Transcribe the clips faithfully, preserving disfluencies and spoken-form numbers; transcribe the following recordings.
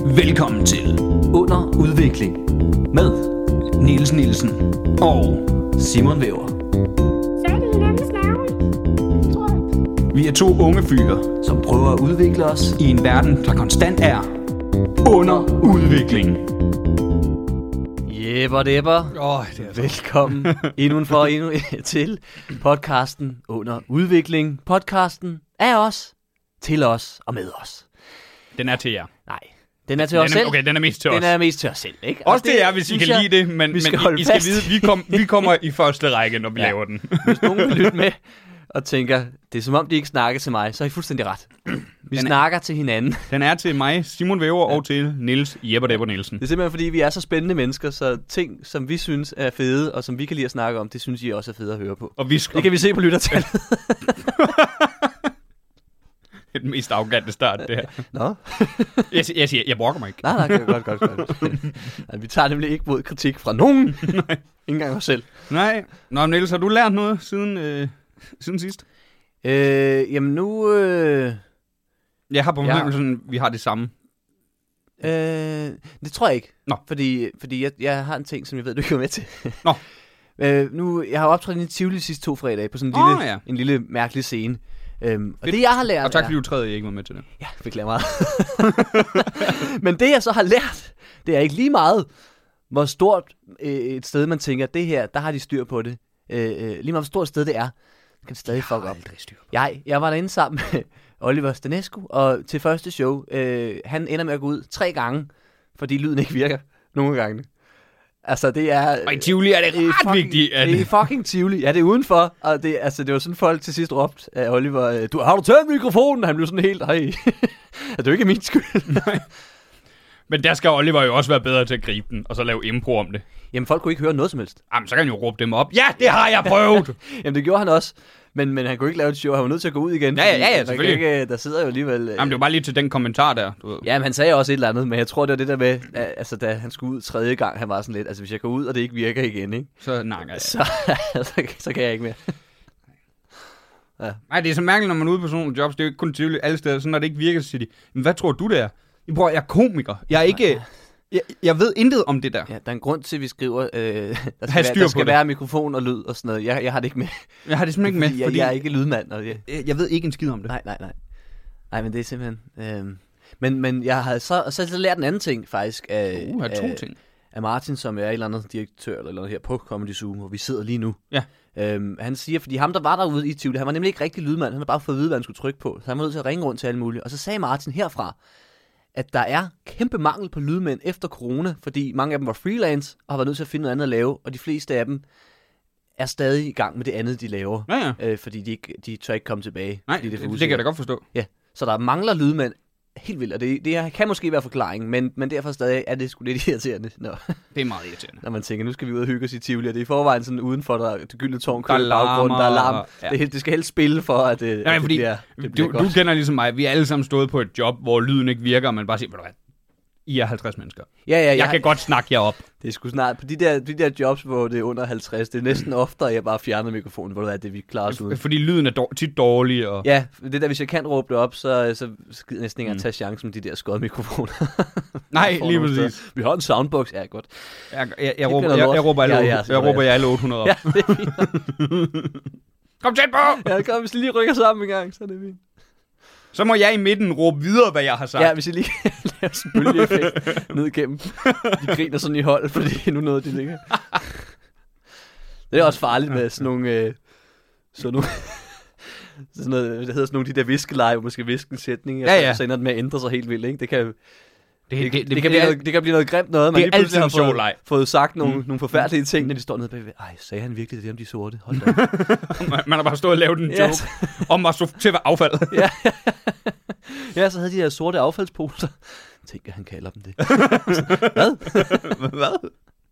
Velkommen til Under Udvikling med Niels Nielsen og Simon Væver. Så er det hinandens navn, tror jeg. Vi er to unge fyre, som prøver at udvikle os i en verden, der konstant er under udvikling. Jebber debber. Oh, det er Velkommen endnu for endnu til podcasten Under Udvikling. Podcasten af os, til os og med os. Den er til jer. Nej, den er til Den os er, selv. okay, den er mest til Den os. er mest til os selv, ikke? Også til jer, hvis I kan jeg, lide det, men, men skal I, I skal fast. vide, vi, kom, vi kommer i første række, når vi Ja. laver den. Hvis nogen vil lytte med og tænker, det er som om, de ikke snakker til mig, så er I fuldstændig ret. Vi er- snakker til hinanden. Den er til mig, Simon Væver, og til Niels Jebber Debber Nielsen. Det er simpelthen, fordi vi er så spændende mennesker, så ting, som vi synes er fede, og som vi kan lide at snakke om, det synes I også er fede at høre på. Og vi skal Det kan vi se på lyttertallet. det er den mest arrogante start, det her. Nå? Jeg, jeg siger, jeg brokker mig ikke. Nej, nej, godt, godt, godt. Nej, vi tager nemlig ikke mod kritik fra nogen. Nej. Ikke engang os selv. Nej. Nå, men Niels, har du lært noget siden, øh, siden sidst? Øh, jamen nu... Øh, Jeg har på Ja. fornemmelsen, vi har det samme. øh, det tror jeg ikke. Nå. Fordi, fordi jeg, jeg har en ting, som jeg ved, du ikke er med til. Nå. øh, nu, jeg har optrådt i Tivoli de sidste to fredage på sådan en, Åh, lille, ja. en lille mærkelig scene. Øhm, og Fedt. det jeg har lært Og tak er- fordi du træder, jeg ikke var med til det. Ja, beklager meget. Men det jeg så har lært, det er ikke lige meget, hvor stort øh, et sted man tænker, det her, der har de styr på det. Øh, øh, lige meget hvor stort et sted det er, kan det stadig fuck op. Jeg, jeg var derinde sammen med Oliver Stanescu, og til første show, øh, han ender med at gå ud tre gange, fordi lyden ikke virker nogle gange. Altså det er... Og i Tivoli er det det er ret fucking, vigtigt, at... Det er fucking Tivoli. Ja, det er udenfor. Og det, altså, det var sådan, folk til sidst råbte af Oliver, øh, du, har du taget mikrofonen? Han blev sådan helt, hej. Det er jo ikke min skyld. Men der skal Oliver jo også være bedre til at gribe den, og så lave impro om det. Jamen, folk kunne ikke høre noget som helst. Jamen, så kan han jo råbe dem op. Ja, det har jeg prøvet! Jamen, det gjorde han også. Men, men han kunne ikke lave et show. Han var nødt til at gå ud igen. Ja, ja, fordi ja, ja, man kan selvfølgelig. Ikke, der sidder jo alligevel... Øh, Jamen, det var bare lige til den kommentar der. Du ved. Jamen, han sagde også et eller andet, men jeg tror, det var det der med, at, altså, da han skulle ud tredje gang, han var sådan lidt, altså, hvis jeg går ud, og det ikke virker igen, ikke? Så nakker jeg. Så, så, så kan jeg ikke mere. Nej, det er så mærkeligt, når man er ude på sådan nogle jobs. Det er jo ikke kun Tivoli alle steder. Så når det ikke virker, så siger de, men hvad tror du det er? Jeg, bror, jeg er komiker. Jeg er ikke... Jeg, jeg ved intet om det der. Ja, der er en grund til, at vi skriver, øh, der skal, Have være, styr der på skal det. være mikrofon og lyd og sådan noget. Jeg, jeg har det ikke med. Jeg har det simpelthen ikke med, jeg, fordi jeg er ikke lydmand. Og jeg, jeg, jeg ved ikke en skid om det. nej, nej, nej. Nej, men det er simpelthen... Øh, men, men jeg har så, og så, har jeg så lært en anden ting, faktisk. Af, Uh, har to af, ting. af Martin, som er et eller andet direktør eller noget her på Comedy Zoo, hvor vi sidder lige nu. Ja. Øhm, han siger, fordi ham, der var derude i Tivoli, han var nemlig ikke rigtig lydmand. Han har bare fået at vide, hvad han skulle trykke på. Så han var nødt til at ringe rundt til alle mulige. Og så sagde Martin herfra, at der er kæmpe mangel på lydmænd efter corona, fordi mange af dem var freelance og har været nødt til at finde noget andet at lave, og de fleste af dem er stadig i gang med det andet, de laver. Ja, ja. Øh, fordi de, ikke, de tør ikke komme tilbage. Nej, fordi det, er for det, det kan jeg usikkert. da godt forstå. Ja, så der mangler lydmænd helt vildt, og det, det kan måske være forklaringen, men, men derfor stadig er det sgu lidt irriterende, når, Det er meget irriterende. når man tænker, nu skal vi ud og hygge os i Tivoli, og det er i forvejen sådan udenfor, der det gyldne tårn Der er kører i baggrunden, der er larm. larmer, ja. Ja. Det, det skal helst spille for, at, det, Nej, at fordi det bliver, det bliver Du, godt. du kender ligesom mig. Vi er alle sammen stået på et job, hvor lyden ikke virker, og man bare siger, ved du hvad, I er halvtreds mennesker. Ja, ja, Jeg jeg, kan godt snakke jer op. det er sgu snart, på de der, de der jobs, hvor det er under halvtreds, det er næsten oftere, at jeg bare fjerner mikrofonen, hvor du er det, vi klarer os uden. Fordi lyden er dår- tit dårlig. Og... Ja, det der, hvis jeg kan råbe det op, så, så skider jeg næsten ikke Mm. at tage chancen med de der skøde mikrofoner. Nej, Får lige nogle præcis. steder. Vi har en soundbox, ja, godt. Jeg, jeg, jeg, Det råber, bliver jeg, lort. jeg råber alle, Ja, ja, ja, ja, så jeg går råber jeg. jer alle otte hundrede op. Ja, det er fint. Kom tæt på! Ja, kom, hvis I lige rykker sammen en gang, så er det fint. Så må jeg i midten råbe videre, hvad jeg har sagt. Ja, hvis I lige kan lave sådan en bølgeeffekt ned igennem. De griner sådan i hold, fordi nu noget, de ligger. Det er også farligt med sådan nogle... Øh, sådan nogle sådan noget, det hedder sådan nogle af de der viskeleje, hvor man skal viske en sætning, og Ja, så, ja. så ender den med at ændre sig helt vildt, ikke? Det kan, det, det, det, det, kan, blive noget, det kan blive noget grimt noget. Man det er lige pludselig altid har en sjov fået, leg. fået sagt nogle, Mm. mm. nogle forfærdelige ting, når de står nede bagved. Ej, sagde han virkelig det om de sorte? Hold da op. man, man har bare stået og lavet en Ja. joke om at stå til at affald. Ja. Ja, så havde de her sorte affaldsposer. Tænk, at han kalder dem det. Hvad? Hvad?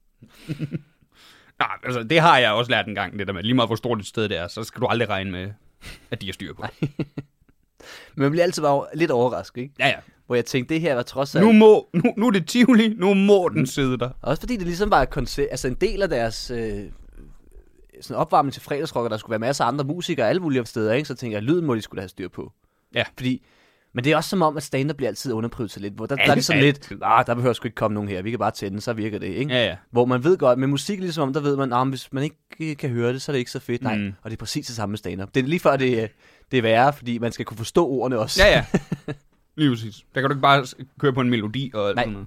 Nej, altså, det har jeg også lært en gang, det der med. Lige meget hvor stort et sted det er, så skal du aldrig regne med, at de har styr på. Men man bliver altid bare lidt overrasket, ikke? Ja, ja. Hvor jeg tænkte, det her var trods alt... Nu, må, nu, nu er det Tivoli, nu må den sidde der. Også fordi det ligesom var et koncept, altså en del af deres øh, sådan opvarmning til fredagsrock, og der skulle være masser af andre musikere alle mulige steder, ikke? Så tænker jeg, lyden må de skulle have styr på. Ja. Fordi Men det er også som om, at stand-up bliver altid underprioriteret lidt. Hvor der, Alt, der er det sådan alt. lidt, ah, der behøver sgu ikke komme nogen her. Vi kan bare tænde, så virker det, ikke? Ja, ja. Hvor man ved godt, med musik ligesom om, der ved man, ah, hvis man ikke kan høre det, så er det ikke så fedt. Nej, Mm. og det er præcis det samme med stand-up. Det er lige før, det, det er værre, fordi man skal kunne forstå ordene også. Ja, ja. Lige præcis. Der kan du ikke bare s- køre på en melodi og alt Nej. sådan noget.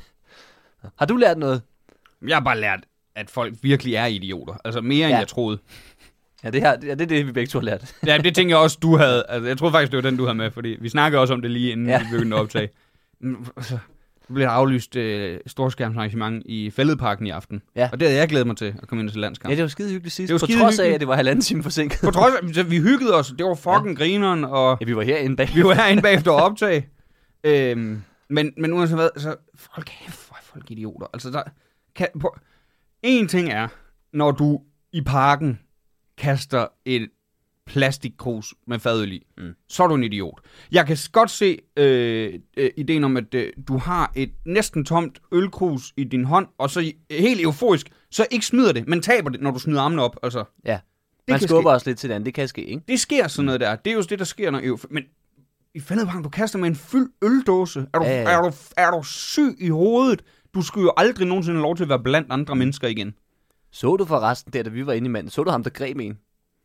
Har du lært noget? Jeg har bare lært, at folk virkelig er idioter. Altså mere, end Ja. jeg troede. Ja, det, her, det er det, det, vi begge to har lært. Ja, det tænker jeg også, du havde. Altså, jeg troede faktisk, det var den, du havde med, fordi vi snakkede også om det lige, inden Ja. ja. vi begyndte at optage. Mm, altså, Så blev der aflyst øh, storskærmsarrangement i Fælledparken i aften. Ja. Og det havde jeg glædet mig til, at komme ind til landskamp. Ja, det var skide hyggeligt sidst. Det var På skide trods af, hyggeligt. at det var halvanden time forsinket. På trods af, så vi hyggede os. Det var fucking ja. grineren, og Ja, vi var herinde bag. vi var herinde bagefter og optage. Øhm, men, men uanset hvad, så folk er folk idioter. Altså, der kan, på, en ting er, når du i parken kaster et plastikkrus med fadøl i, Mm. så er du en idiot. Jeg kan godt se øh, øh, ideen om, at øh, du har et næsten tomt ølkrus i din hånd, og så helt euforisk, så ikke smider det, men taber det, når du smider armene op. Altså, Ja, det man kan skubber ske. også lidt til den. Det kan ske, ikke? Det sker sådan noget der. Det er jo det, der sker, når eufori... Men i Fælledparken, du kaster med en fyldt øldåse. Er du, Ja, ja. er, du, er du syg i hovedet? Du skulle jo aldrig nogensinde have lov til at være blandt andre mennesker igen. Så du forresten der, da vi var inde i manden, så du ham, der greb en?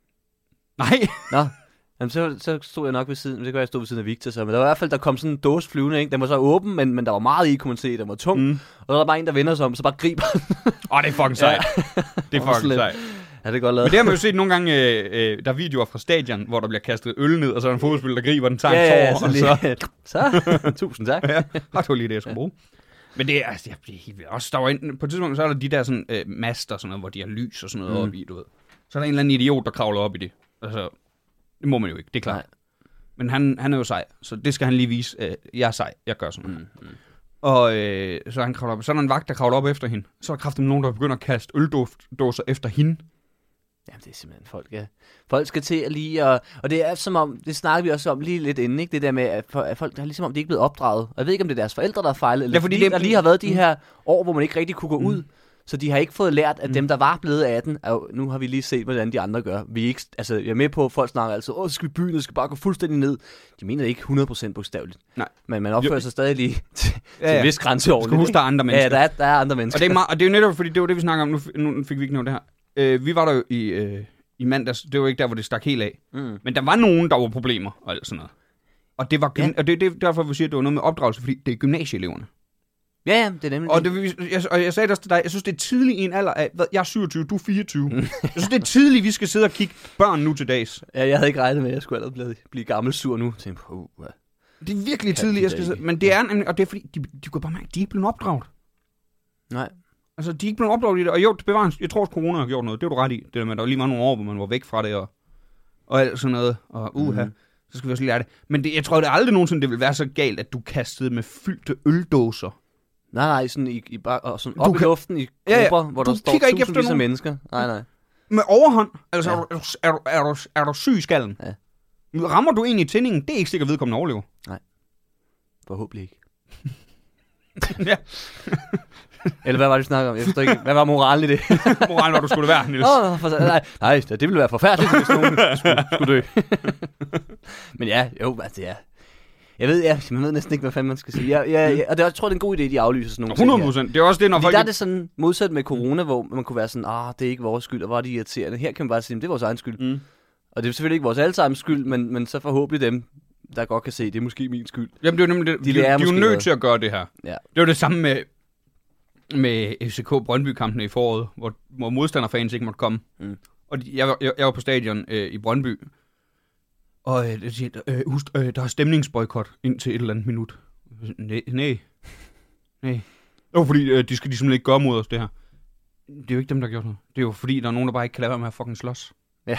Nej. Nå, jamen, så, så stod jeg nok ved siden, det kan være, jeg stod ved siden af Victor, så, men der var i hvert fald, der kom sådan en dåse flyvende, ikke? Den var så åben, men, men der var meget i, kunne man se, den var tung, Mm. og så var der bare en, der vender sig om, så bare griber den. Åh, oh, det er fucking sejt. Det er Hvor fucking slemt. sejt. Ja, det er godt lavet. Men det har man jo set nogle gange, øh, øh, der er videoer fra stadion, hvor der bliver kastet øl ned, og så er der en fodboldspiller, der griber den, tager ja, en ja, ja, tår, så, og lige, så... så. Tusind tak. Ja, det var lige det, jeg skulle bruge. Men det er, altså, det er helt vildt. Også, der var en, på et tidspunkt, så er der de der sådan, øh, master, sådan noget, hvor de har lys og sådan noget Mm. mm. oppe i, du ved. Så er der en eller anden idiot, der kravler op i det. Altså, det må man jo ikke, det er klart. Nej. Men han, han er jo sej, så det skal han lige vise. Øh, jeg er sej, jeg gør sådan noget. Mm, mm. Og øh, så er han kravler op. Så er der en vagt, der kravler op efter hende. Så er der kraftigt nogen, der begynder at kaste øldåser efter hende. Jamen, det er simpelthen folk, ja. Folk skal til at lige, og, og det er som om, det snakker vi også om lige lidt inden, ikke? Det der med, at, for, at folk, der er ligesom om, de ikke er blevet opdraget. Og jeg ved ikke, om det er deres forældre, der har fejlet, eller Ja, fordi fordi det- der lige har været de her år, hvor man ikke rigtig kunne gå ud. Så de har ikke fået lært, at Mm. dem, der var blevet atten, er jo, nu har vi lige set, hvordan de andre gør. Vi er ikke, altså, jeg er med på, at folk snakker altså, åh, så skal vi byen, det skal bare gå fuldstændig ned. De mener det ikke hundrede procent bogstaveligt. Nej. Men man opfører Jo. sig stadig lige til, Ja, til ja. en vis grænse Du over skal huske, der er andre mennesker. Ja, der er, der er andre mennesker. Og det er, meget, og det er jo netop, fordi det var det, vi snakker om. Nu, f- nu fik vi ikke noget det her. Øh, vi var der jo i, øh, i mandags. Det var ikke der, hvor det stak helt af. Mm. Men der var nogen, der var problemer og alt sådan noget. Og det var gym- Ja. og det, det er derfor, vi siger, at det var noget med opdragelse, fordi det er gymnasieeleverne. Ja, ja, det er nemlig Og, det, jeg, og jeg sagde det også til dig, jeg synes, det er tidligt i en alder af, hvad, jeg er syvogtyve, du er fireogtyve. Jeg synes, det er tidligt, vi skal sidde og kigge børn nu til dags. Ja, jeg havde ikke regnet med, at jeg skulle allerede blive, blive gammel sur nu. Jeg tænkte, uh, uh. Det er virkelig Kan tidligt, de jeg da skal sidde. ikke. Men det er nemlig, og det er fordi, de, de kan bare mærke, de er ikke blevet opdraget. Nej. Altså, de er ikke blevet opdraget i det. Og jo, det bevares, jeg tror også, corona har gjort noget. Det er du ret i. Det der med, der var lige mange nogle år, hvor man var væk fra det, og, og alt sådan noget. Og uha, Mhm. så skal vi også lige lære det. Men det, jeg tror, det er aldrig nogensinde, det vil være så galt, at du kastede med fyldte øldåser. Nej, nej, sådan, i, i, bare, og sådan Du op kan- i luften i Ja, ja. grupper, hvor Du der står kigger ikke efter tusindvis af nogen. mennesker. Nej, nej. Med overhånd. Altså, Ja. ja. er, du, er, du, er, du, er du syg i skallen? Ja. Rammer du en i tændingen, det er ikke sikkert, vedkommende overlever. Forhåbentlig ikke. Ja. Eller hvad var det, vi snakkede om? Jeg forstår ikke. Hvad var moralen i det? Moralen var, du skulle være, Niels. Åh, for, nej, nej, det ville være forfærdeligt, hvis nogen skulle, skulle dø. Men ja, jo, altså ja. Jeg ved, ja, man ved næsten ikke, hvad fanden man skal sige. Jeg, jeg, jeg, og det er, jeg tror, det er en god idé, de aflyser sådan nogle hundrede ting her. procent. Det er også det, når Fordi folk... der er det sådan modsat med corona, hvor man kunne være sådan, ah, det er ikke vores skyld, og hvor er det irriterende. Her kan man bare sige, det er vores egen skyld. Mm. Og det er selvfølgelig ikke vores allesammens skyld, men, men så forhåbentlig dem, der godt kan se, det er måske min skyld. Jamen, det er jo nemlig det. De De, de, lærer de er jo måske nødt noget. til at gøre det her. Ja. Det var det samme med, med F C K Brøndby-kampene i foråret, hvor, hvor modstanderfans ikke måtte komme. Mm. Og de, jeg, var- jeg, jeg var på stadion øh, i Brøndby, og øh, det siger, øh, husk, øh, der er stemningsboykot indtil et eller andet minut. Nej, nej. Nej. Jo, fordi øh, de skal de simpelthen ikke gøre mod os, det her. Det er jo ikke dem, der har gjort noget. Det er jo fordi, der er nogen, der bare ikke kan lade være med at fucking slås. Ja.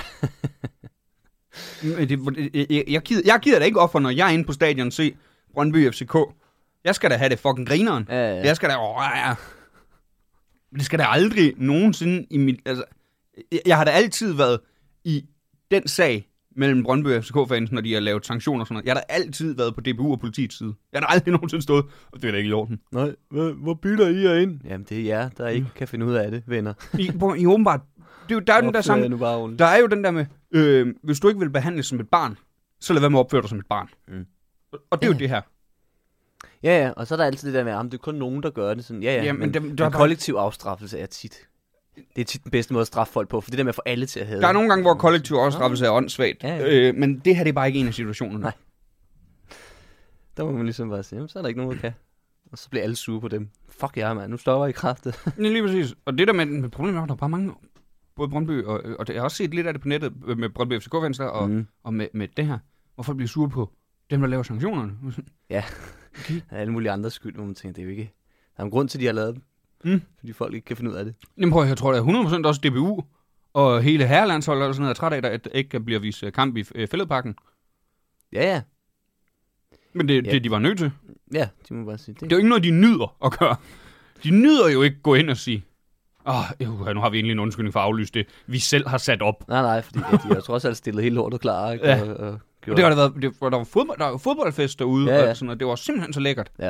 Men det, jeg, jeg, jeg, gider, jeg gider da ikke offer, når jeg er inde på stadion og se Brøndby F C K. Jeg skal da have det fucking grineren. Ja, ja. Jeg skal da... Åh, ja. Men det skal da aldrig nogensinde i mit... Altså, jeg, jeg har da altid været i den sag mellem Brøndby og F C K-fans, når de har lavet sanktioner og sådan noget. Jeg har da altid været på D B U og politiets side. Jeg har da aldrig nogensinde stået, og det er da ikke i orden. Nej, hvor, hvor bytter I jer ind? Jamen, det er jer, der ikke kan finde ud af det, venner. I, på, I åbenbart... Det er jo, der er jo den der Opfør jer samme... nu bare ordentligt. Der er jo den der med, øh, hvis du ikke vil behandles som et barn, så lad være med at opføre dig som et barn. Mm. Og det er jo det her. Ja, ja, og så er der altid det der med, at det er kun nogen, der gør det. Sådan, ja, ja, Ja, men, men men, dem- men der er bare- kollektiv afstraffelse er tit. Det er tit den bedste måde at straffe folk på, for det der med at få alle til at have. Der er nogle gange, hvor kollektiv afstraffelse er åndssvagt. Ja, ja. Øh, men det her det er bare ikke en af situationerne. Nej. Der må man ligesom bare sige, jamen, så er der ikke nogen, der kan. Og så bliver alle sure på dem. Fuck jer, mand, nu stopper I kraftet. Ja, lige præcis. Og det der med, med problemet er, at der er bare mange, både Brøndby, og, og det, jeg har også set lidt af det på nettet, med Brøndby F C K-venstre, og, mm. Mm. og med, med det her, hvor folk bliver sure på dem, der laver sanktionerne. Ja, okay. Der er alle mulige andre skyld, hvor man tænker, det er jo ikke... Der er en grund til, at de har lavet dem. Mm. Fordi folk ikke kan finde ud af det. Jamen prøv, jeg tror, der er hundrede procent også D B U, og hele herrelandsholdet og sådan noget, er træt af, at der ikke bliver vist kamp i øh, Fælledparken. Ja, ja. Men det, Ja. det de var nødt til. Ja, de må bare sige Det det. er jo ikke noget, de nyder at gøre. De nyder jo ikke at gå ind og sige, åh, oh, nu har vi egentlig en undskyldning for at aflyse det, vi selv har sat op. Nej, nej, fordi ja, de har trods alt stillet hele lortet klar, ikke? Ja. Og, og Og gjort... det har der været, det, der var fodbold, der var fodboldfest derude, Ja, ja. og sådan noget. Det var simpelthen så lækkert. Ja.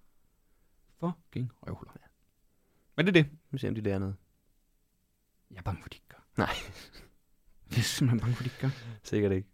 Fucking røvhuller. Men det er det. Nu ser vi, om de lærer noget. Jeg er bange for, de ikke gør. Nej. Jeg er simpelthen bange for, de ikke gør. Sikkert ikke.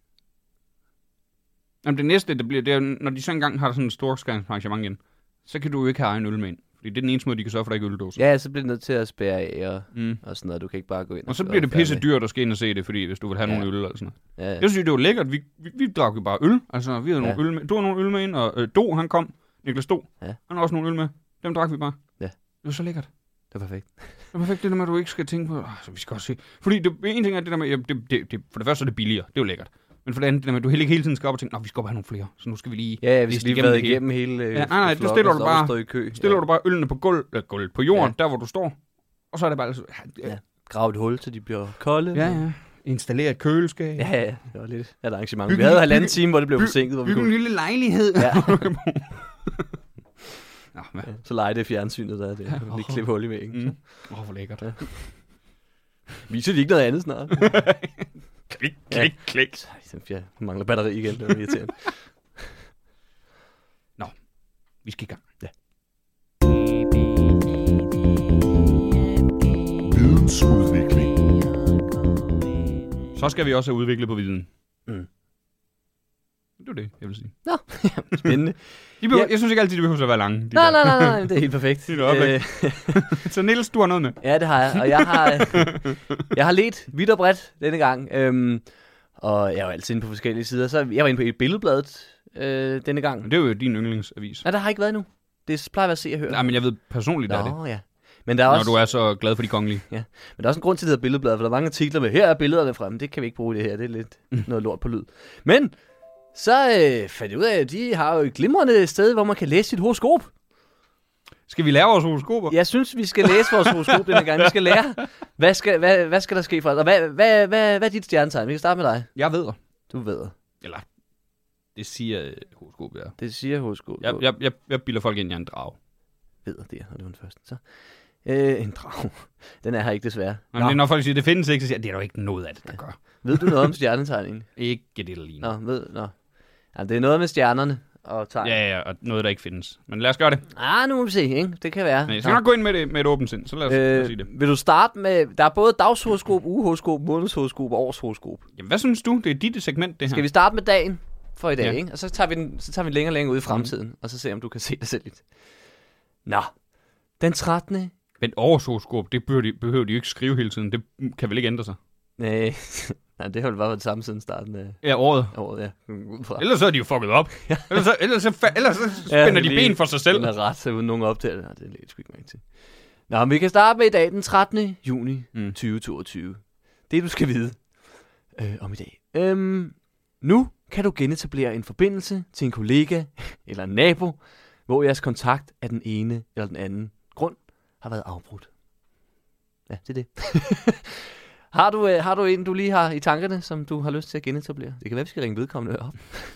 Jamen det næste, det bliver, det er, når de så engang har sådan et storskærmsarrangement igen, så kan du jo ikke have egen øl med ind. Fordi det er den eneste måde, de kan sørge for, at der ikke er øldåser. Ja, så bliver det nødt til at spærre af og, Mm. og sådan noget. Du kan ikke bare gå ind Og så og bliver det fjerne pisse dyrt at skal ind og se det, fordi hvis du vil have Ja. nogle øl eller sådan noget. Ja, ja. Jeg synes, det var lækkert. Vi, vi, vi drak jo bare øl. Altså, vi havde Ja. nogle øl med. Du har nogle øl med ind, og øh, Do, han kom. Niklas Do. Ja. Han har også nogle øl med. Dem drak vi bare. Ja. Det var så lækkert. Det er perfekt. Det er perfekt, det der med, at du ikke skal tænke på, altså, vi skal også se. Fordi det, en ting er det der med, ja, det, det, det, for det første er det billigere. Det er jo lækkert. Men for det andet, det der med, at du heller ikke hele tiden skal op og tænke, nå, vi skal op og have nogle flere. Så nu skal vi lige... Ja, ja, vi liste skal lige igennem været det hele. igennem hele øh, Ja, nej, nej, det flokken, stiller og du så bare- stå i kø. Stiller ja. du bare ølene på gulv, eller gulv på jorden, Ja. der hvor du står. Og så er det bare altså... Ja, Ja. Grave et hul, så de bliver kolde. ja. ja. Installere et køleskab. Ja, ja, det var lidt af et arrangement. Bygge Vi havde en- halvanden bygge- time, hvor det blev bygge- forsinket. Hvor vi Bygge en kunne... lille lejlighed. Ja. Nå, hvad? Ja, så lege det fjernsynet, der er det. Ja. Ja. Lige klippe hul i væggen. Mm. Mm. Åh, oh, hvor lækkert. Ja. Viser de ikke noget andet snart? Klik, Ja. klik, klik. Ej, jeg mangler batteri igen. Det var irriterende. Vi skal i gang. Vidensudvikling. Så skal vi også have udviklet på viden. Mm. Det er det, jeg vil sige. Spændende. De behøver, Ja. Jeg synes ikke altid, de behøver at være lange. De Nej, der. nej, nej, nej, det er helt perfekt. Helt oplæg. Øh, Så Niels, du har noget med. ja, det har jeg. Og jeg har, jeg har let vidt og bredt denne gang. Øhm, og jeg var altid inde på forskellige sider. Så jeg var inde på et billedbladet øh, denne gang. Men det er jo din yndlingsavis. Nej, der har ikke været nu. Det plejer at se og høre. Nej, men jeg ved personligt, der er det. Nå, ja. Men der er Når også... du er så glad for de kongelige. Men der er også en grund til, at det hedder billedbladet, for der er mange artikler med, her er billederne fremme. Det kan vi ikke bruge det her, det er lidt noget lort på lyd. Men så øh, fandt jeg ud af, at de har jo et glimrende sted, hvor man kan læse sit horoskop. Skal vi lære vores horoskoper? Jeg synes, vi skal læse vores horoskop denne gang. Vi skal lære, hvad skal, hvad, hvad skal der ske for os? Og hvad, hvad, hvad, hvad er dit stjernetegn? Vi kan starte med dig. Jeg ved. Du ved. Eller, det siger øh, horoskop, ja. Det siger horoskop. Jeg, jeg, jeg, jeg bilder folk ind, jeg er en drage. ved det, og det var den første. Så. Øh, en drag. Den er her ikke desværre. Men det er, når folk siger, det findes ikke, så siger jeg, det er der jo ikke noget af det, der gør. Ved du noget om stjernetegn egentlig? Ikke det, der ligner. Nå, ved, nå. Ja, det er noget med stjernerne og tegn. Ja, ja, og noget, der ikke findes. Men lad os gøre det. Ah, nu må vi se, ikke? Det kan være. Men jeg skal nok gå ind med det med et åbent sind, så lad os, øh, lad os sige det. Vil du starte med... Der er både dagshoroskop, ugehoroskop, månedshoroskop og årshoroskop. Jamen, hvad synes du? Det er dit segment, det her. Skal vi starte med dagen for i dag, Ja. ikke? Og så tager vi den, så tager vi den længere og længere ud i fremtiden, mm. og så ser om du kan se dig selv lidt. Nå. Den trettende Men årshoroskop, det behøver de, behøver de jo ikke skrive hele tiden. Det kan vel ikke ændre sig? Nej, nej, det har vel bare været det samme siden starten af Ja, året. året, ja. Ud fra. Ellers så er de jo fucket op. Ellers så, ellers så, fa- ellers så spænder Ja, de lige- ben for sig selv. Den er ret, så uden nogen optager. Nej, det er lidt sgu ikke mærke til. Nå, men vi kan starte med i dag, den trettende juni Mm. tyve toogtyve. Det, du skal vide øh, om i dag. Øhm, nu kan du genetablere en forbindelse til en kollega eller en nabo, hvor jeres kontakt af den ene eller den anden grund har været afbrudt. Ja, det er det. har, du, øh, har du en, du lige har i tankerne, som du har lyst til at genetablere? Det kan være, vi skal ringe vedkommende op.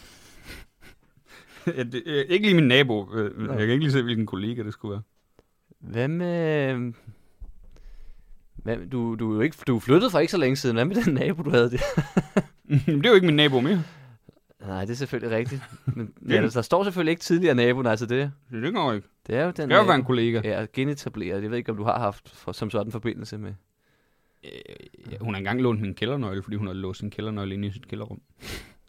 Ja, det, øh, ikke lige min nabo. Øh, Nå. Jeg kan ikke lige se, hvilken kollega det skulle være. Hvad med... Hvad, du, du, er jo ikke, du er flyttet for ikke så længe siden. Hvad med den nabo, du havde der? Det er jo ikke min nabo mere. Nej, det er selvfølgelig rigtigt. Men, ja, der, der står selvfølgelig ikke tidligere naboen, altså det, Det går ikke. det er jo den Det kan jo nabo. være en kollega. Ja, at genetablere. Jeg ved ikke, om du har haft for, som sådan forbindelse med... Øh, ja, hun har engang lånt min kældernøgle, fordi hun havde låst sin kældernøgle inde i sit kælderrum.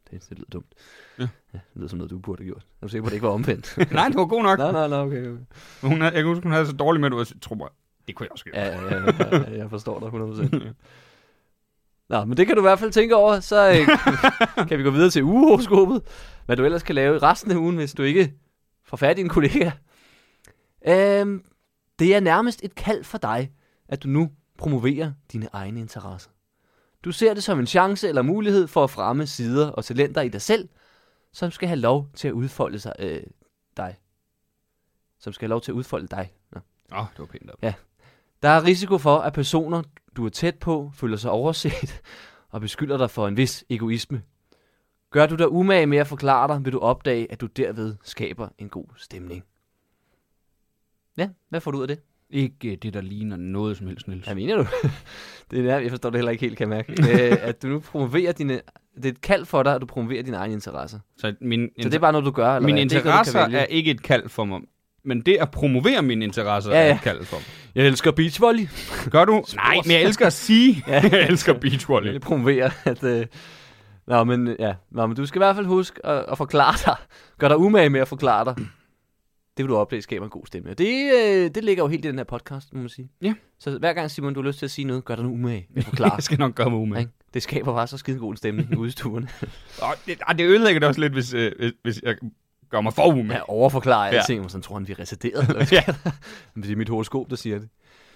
det, det lyder dumt. Ja. Ja, det lyder som noget, du burde have gjort. Jeg er sikker på, at det ikke var omvendt. Nej, det var god nok. nej, nej, nej, okay. okay. Hun, jeg kan huske, hun havde så dårligt med, at jeg tror bare, det kunne jeg også gøre. Ja, ja, ja, ja, jeg forstår dig hundrede procent. Nå, men det kan du i hvert fald tænke over, så øh, kan vi gå videre til ugehoroskopet. Hvad du ellers kan lave i resten af ugen, hvis du ikke får fat i en kollega. Øhm, det er nærmest et kald for dig, at du nu promoverer dine egne interesser. Du ser det som en chance eller mulighed for at fremme sider og talenter i dig selv, som skal have lov til at udfolde sig øh, dig. Som skal have lov til at udfolde dig. Nå. Åh, oh, det var pænt op. Ja. Der er risiko for, at personer, du er tæt på, føler sig overset og beskylder dig for en vis egoisme. Gør du dig umage med at forklare dig, vil du opdage, at du derved skaber en god stemning. Ja, hvad får du ud af det? Ikke det, der ligner noget som helst, Niels. Hvad mener du? Det er, jeg forstår det heller ikke helt, kan jeg mærke. Æ, at du nu promoverer dine... Det er et kald for dig, at du promoverer dine egne interesser. Så, min så det er bare noget, du gør? Eller mine hvad? interesser er, ikke, er ikke et kald for mig. Men det at promovere mine interesser ja, ja. er et kald for mig. Jeg elsker beachvolley. Gør du? Nej, men jeg elsker at sige, ja. Jeg elsker beachvolley. Jeg promoverer, at... Øh... Nå, men, ja. Nå, men du skal i hvert fald huske at, at forklare dig. Gør dig umage med at forklare dig. Det vil du opleve skaber en god stemme. Og det, øh, det ligger jo helt i den her podcast, må man sige. Ja. Så hver gang, Simon, du har lyst til at sige noget, gør dig nu umage med at forklare. Jeg skal nok gøre mig umage. Det skaber bare så skide god stemning i udstuerne. Og det, det ødelægger det også lidt, hvis, øh, hvis, hvis jeg gør mig for umage. Jeg overforklarer ja. alting, og sådan tror han, vi er resideret. Eller ja. Men det er mit horoskop, der siger det.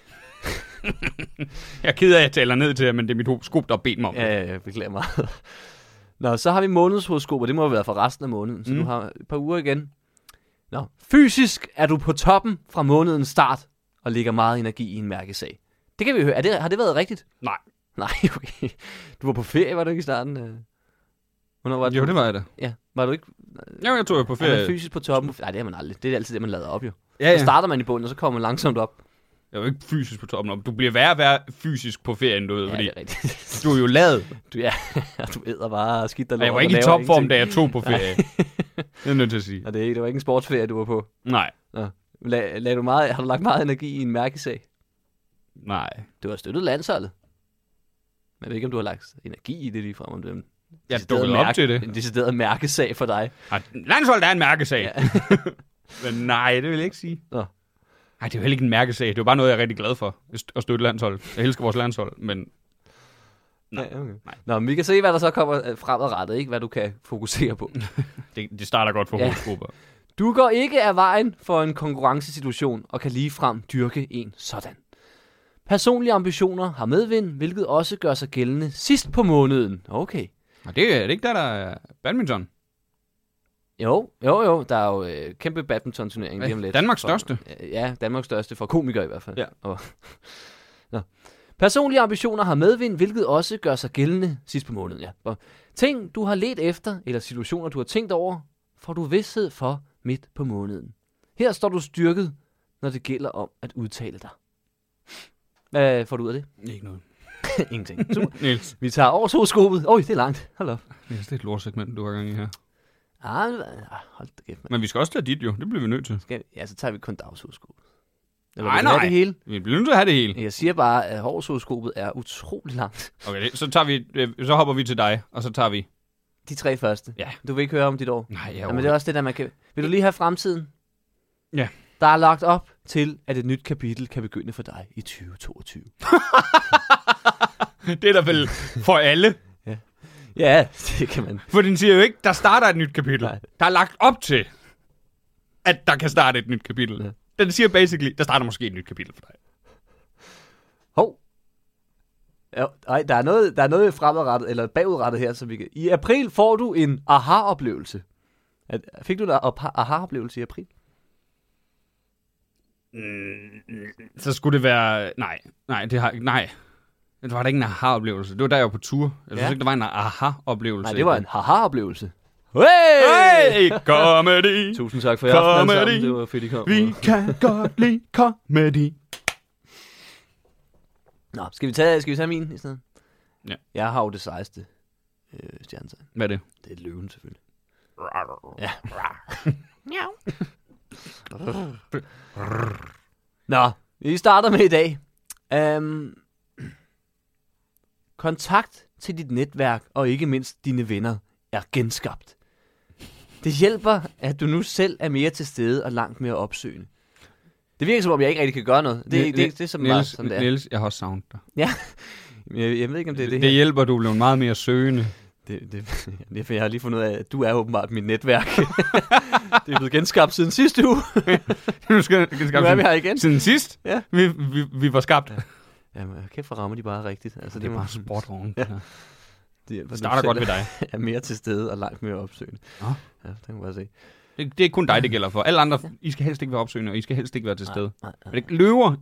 Jeg er ked af, at jeg taler ned til jer, men det er mit horoskop, der har bedt mig om det. Ja, ja, jeg beklager meget. Nå, så har vi månedshoroskop, og det må have været for resten af måneden. Så mm. du har et par uger igen. Nå, fysisk er du på toppen fra månedens start, og lægger meget energi i en mærkesag. Det kan vi høre. Er det, har det været rigtigt? Nej. Nej, okay. Du var på ferie, var du ikke i starten? Hvornår var jo, du? det var jeg da. Ja, var du ikke? Jo, jeg tog jo på ferie. Er man fysisk på toppen? Nej, det er man aldrig. Det er altid det, man lader op, jo. Ja, ja. Så starter man i bunden, og så kommer man langsomt op. Jeg er jo ikke fysisk på toppen. Du bliver værre at være fysisk på ferien, du ved, Ja, fordi det er rigtigt. du er jo ladet. Du, ja, du æder bare skidt, der lort. Jeg var ikke i topform, da jeg tog på ferie. Det er nødt til at sige. Og det, det var ikke en sportsferie, du var på. Nej. Nå. La, la, du meget, har du lagt meget energi i en mærkesag? Nej. Du har støttet landsholdet. Men jeg ved ikke, om du har lagt energi i det lige frem. Om det er en jeg dukkede op til det. En decideret mærkesag for dig. Ja, landsholdet er en mærkesag. Ja. Men nej, det vil jeg ikke sige. Nå. Nej, det er jo heller ikke en mærkesag. Det er jo bare noget, jeg er rigtig glad for. At støtte landshold. Jeg elsker vores landshold, men... Nej, okay. Nej. Nå, men vi kan se, hvad der så kommer fremadrettet, ikke? Hvad du kan fokusere på. det, det starter godt for ja. Horoskoper. Du går ikke af vejen for en konkurrencesituation, og kan ligefrem dyrke en sådan. Personlige ambitioner har medvind, hvilket også gør sig gældende sidst på måneden. Okay. Og det er det ikke der, der er badminton? Jo, jo, jo. Der er jo øh, kæmpe badminton-turnering lige om lidt. Danmarks for, største. Øh, ja, Danmarks største. For komikere i hvert fald. Ja. Og, Nå. Personlige ambitioner har medvind, hvilket også gør sig gældende sidst på måneden. Ja. Og ting, du har let efter, eller situationer, du har tænkt over, får du vidsthed for midt på måneden. Her står du styrket, når det gælder om at udtale dig. Hvad får du ud af det? Ikke noget. Ingenting. Super. Niels. Vi tager årshoroskopet. Oj, det er langt. Hold op. Niels, det er et lortsegment, du har gang i her. Ah, hold da kæft, man. Men vi skal også tage dit jo. Det bliver vi nødt til. Skal, ja, så tager vi kun dagshoroskopet. Nej, nej. Det hele? Vi bliver nødt til at have det hele. Jeg siger bare, at årshoroskopet er utrolig langt. Okay, så tager vi, så hopper vi til dig, og så tager vi... De tre første. Ja. Du vil ikke høre om dit år? Nej, jeg ja, men det er også det der, man kan... Vil du lige have fremtiden? Ja. Der er lagt op til, at et nyt kapitel kan begynde for dig i tyve toogtyve. Det er da vel for alle. Ja. Ja, det kan man. For den siger jo ikke, der starter et nyt kapitel. Nej. Der er lagt op til, at der kan starte et nyt kapitel. Ja. Den siger basically, der starter måske et nyt kapitel for dig. Hov. Ja, nej, der er noget, der er noget fremadrettet, eller bagudrettet her, som vi kan... I april får du en aha-oplevelse. Fik du en aha-oplevelse i april? Mm, så skulle det være... Nej, nej, det har nej. Det var da ikke en aha-oplevelse. Det var da jeg var på tur. Jeg synes ja. ikke, der var en aha-oplevelse. Nej, det var en haha-oplevelse. Hey! Hey! Comedy! Tusind tak for i aften alle sammen. Det var fedt, I kom. Vi kan godt lide comedy. Nå, skal vi tage, skal vi tage min i stedet? Ja. Jeg har jo det sejeste øh, stjernetegn. Hvad er det? Det er løven, selvfølgelig. Ja. Nå, vi starter med i dag. Um, kontakt til dit netværk, og ikke mindst dine venner er genskabt. Det hjælper, at du nu selv er mere til stede og langt mere opsøgende. Det virker som om, jeg ikke rigtig kan gøre noget. Det, det, det, det er som, Niels, bare, som det er. Niels, jeg har også savnet dig. Ja, jeg, jeg ved ikke, om det er det, Det, det det hjælper, du er blevet meget mere søgende. Det, det, det, for jeg har lige fundet ud af, at du er åbenbart mit netværk. Det er blevet genskabt siden sidste uge. Nu skal genskabt Nu er vi her igen. Siden sidst, Ja. vi, vi, vi var skabt. Ja. Jamen, kæft, hvor rammer de bare rigtigt. Altså, Det er må- bare sportvogn. Ja. Ja. Det hjælper, Det at starter du godt selv ved dig. er mere til stede og langt mere opsøgende. Nå. Ja, det kan man bare se. Det, det er kun dig, det gælder for. Alle andre, I skal helst ikke være opsøgende, og I skal helst ikke være til stede. Nej, nej. Men det løver...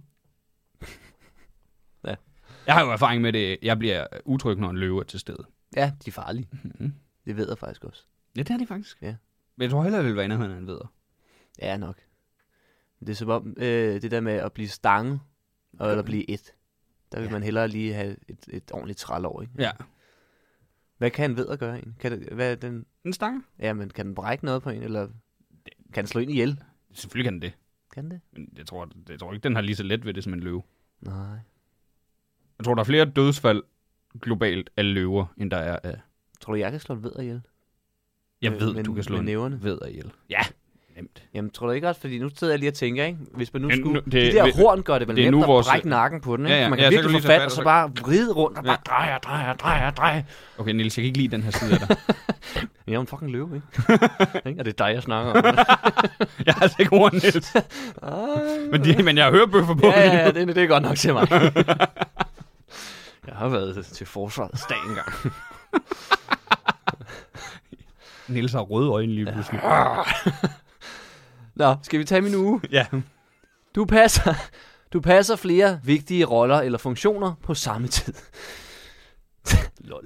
Ja. Jeg har jo erfaring med det. Jeg bliver utryg, når en løve er til stede. Ja, de er farlige. Mm-hmm. Det ved jeg faktisk også. Ja, det er de faktisk. Ja. Men jeg tror hellere, det vil være endnu, end han ved. Ja, nok. Det er som om, øh, det der med at blive stanget, og eller blive et. Der vil Ja. man hellere lige have et, et ordentligt træl over, ikke? Ja. Hvad kan en ved at gøre egentlig? Kan det, hvad er den, En stanger? ja, men kan den brække noget på en, eller kan den slå en ihjel? Selvfølgelig kan den det. Kan den det? Men jeg tror, jeg tror ikke, den har lige så let ved det som en løve. Nej. Jeg tror, der er flere dødsfald globalt af løver, end der er af... Tror du, jeg kan slå en ved ihjel? Jeg Med- ved, med- du kan slå med en næverne? ved ihjel. Ja, nemt. Jamen, tror du ikke også? Fordi nu sidder jeg lige og tænker, ikke? Hvis man nu Men skulle... nu- Det, det- de der vi- horn gør det vel det er nemt nu at vores- brække nakken på den, ikke? Ja, ja, Man kan ja, så virkelig kan du få lige fat, tage og så fat, bare vride rundt og Ja. bare dreje, dreje, dreje, dreje. Okay, Niels, jeg kan ikke lide den her side af dig. Jeg er en fucking løve, ikke? Ikke? Og det er dig, jeg snakker om. Jeg har altså ikke ord, Niels. men, de, men jeg hører bøffer på. Ja, ja, ja, det, det er godt nok til mig. Jeg har været til forsvarets dag engang. Niels har røde øjne lige pludselig. Nå, skal vi tage min uge? Ja. Du passer, du passer flere vigtige roller eller funktioner på samme tid. Lol.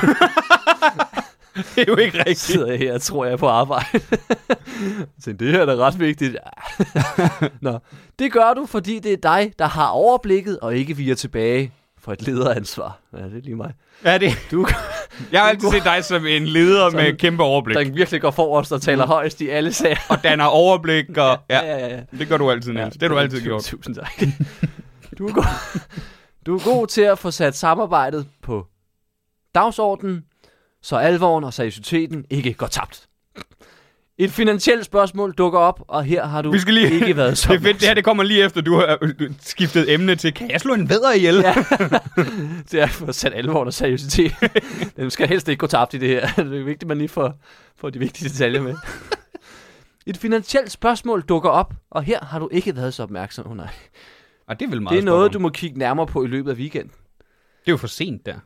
Det er jo ikke rigtigt. Sidder jeg her, tror jeg, på arbejde. Så det her er da ret vigtigt. Nå, det gør du, fordi det er dig, der har overblikket, og ikke viger tilbage for et lederansvar. Ja, det er lige mig. Ja, det. Du, Jeg har altid set dig som en leder Sådan- med kæmpe overblik. der virkelig går forrest og taler højst i alle sager. Og danner overblik. Og, ja, ja, ja, ja. det gør du altid, Niels. Det har du altid tu- gjort. Tusind tak. Du er, god. du er god til at få sat samarbejdet på dagsordenen, så alvoren og seriøsiteten ikke går tabt. Et finansielt spørgsmål dukker op, og her har du Vi skal lige... ikke været så Det er fedt, det her det kommer lige efter, du har øh, skiftet emne til, kan jeg slå en vædder ihjel? Ja. Det er at få sat alvoren og seriøsitet. Den skal helst ikke gå tabt i det her. Det er vigtigt, at man lige får, får de vigtige detaljer med. Et finansielt spørgsmål dukker op, og her har du ikke været så opmærksom. Oh, nej. Og det er vel meget Det er noget, spot du on. må kigge nærmere på i løbet af weekenden. Det er jo for sent der.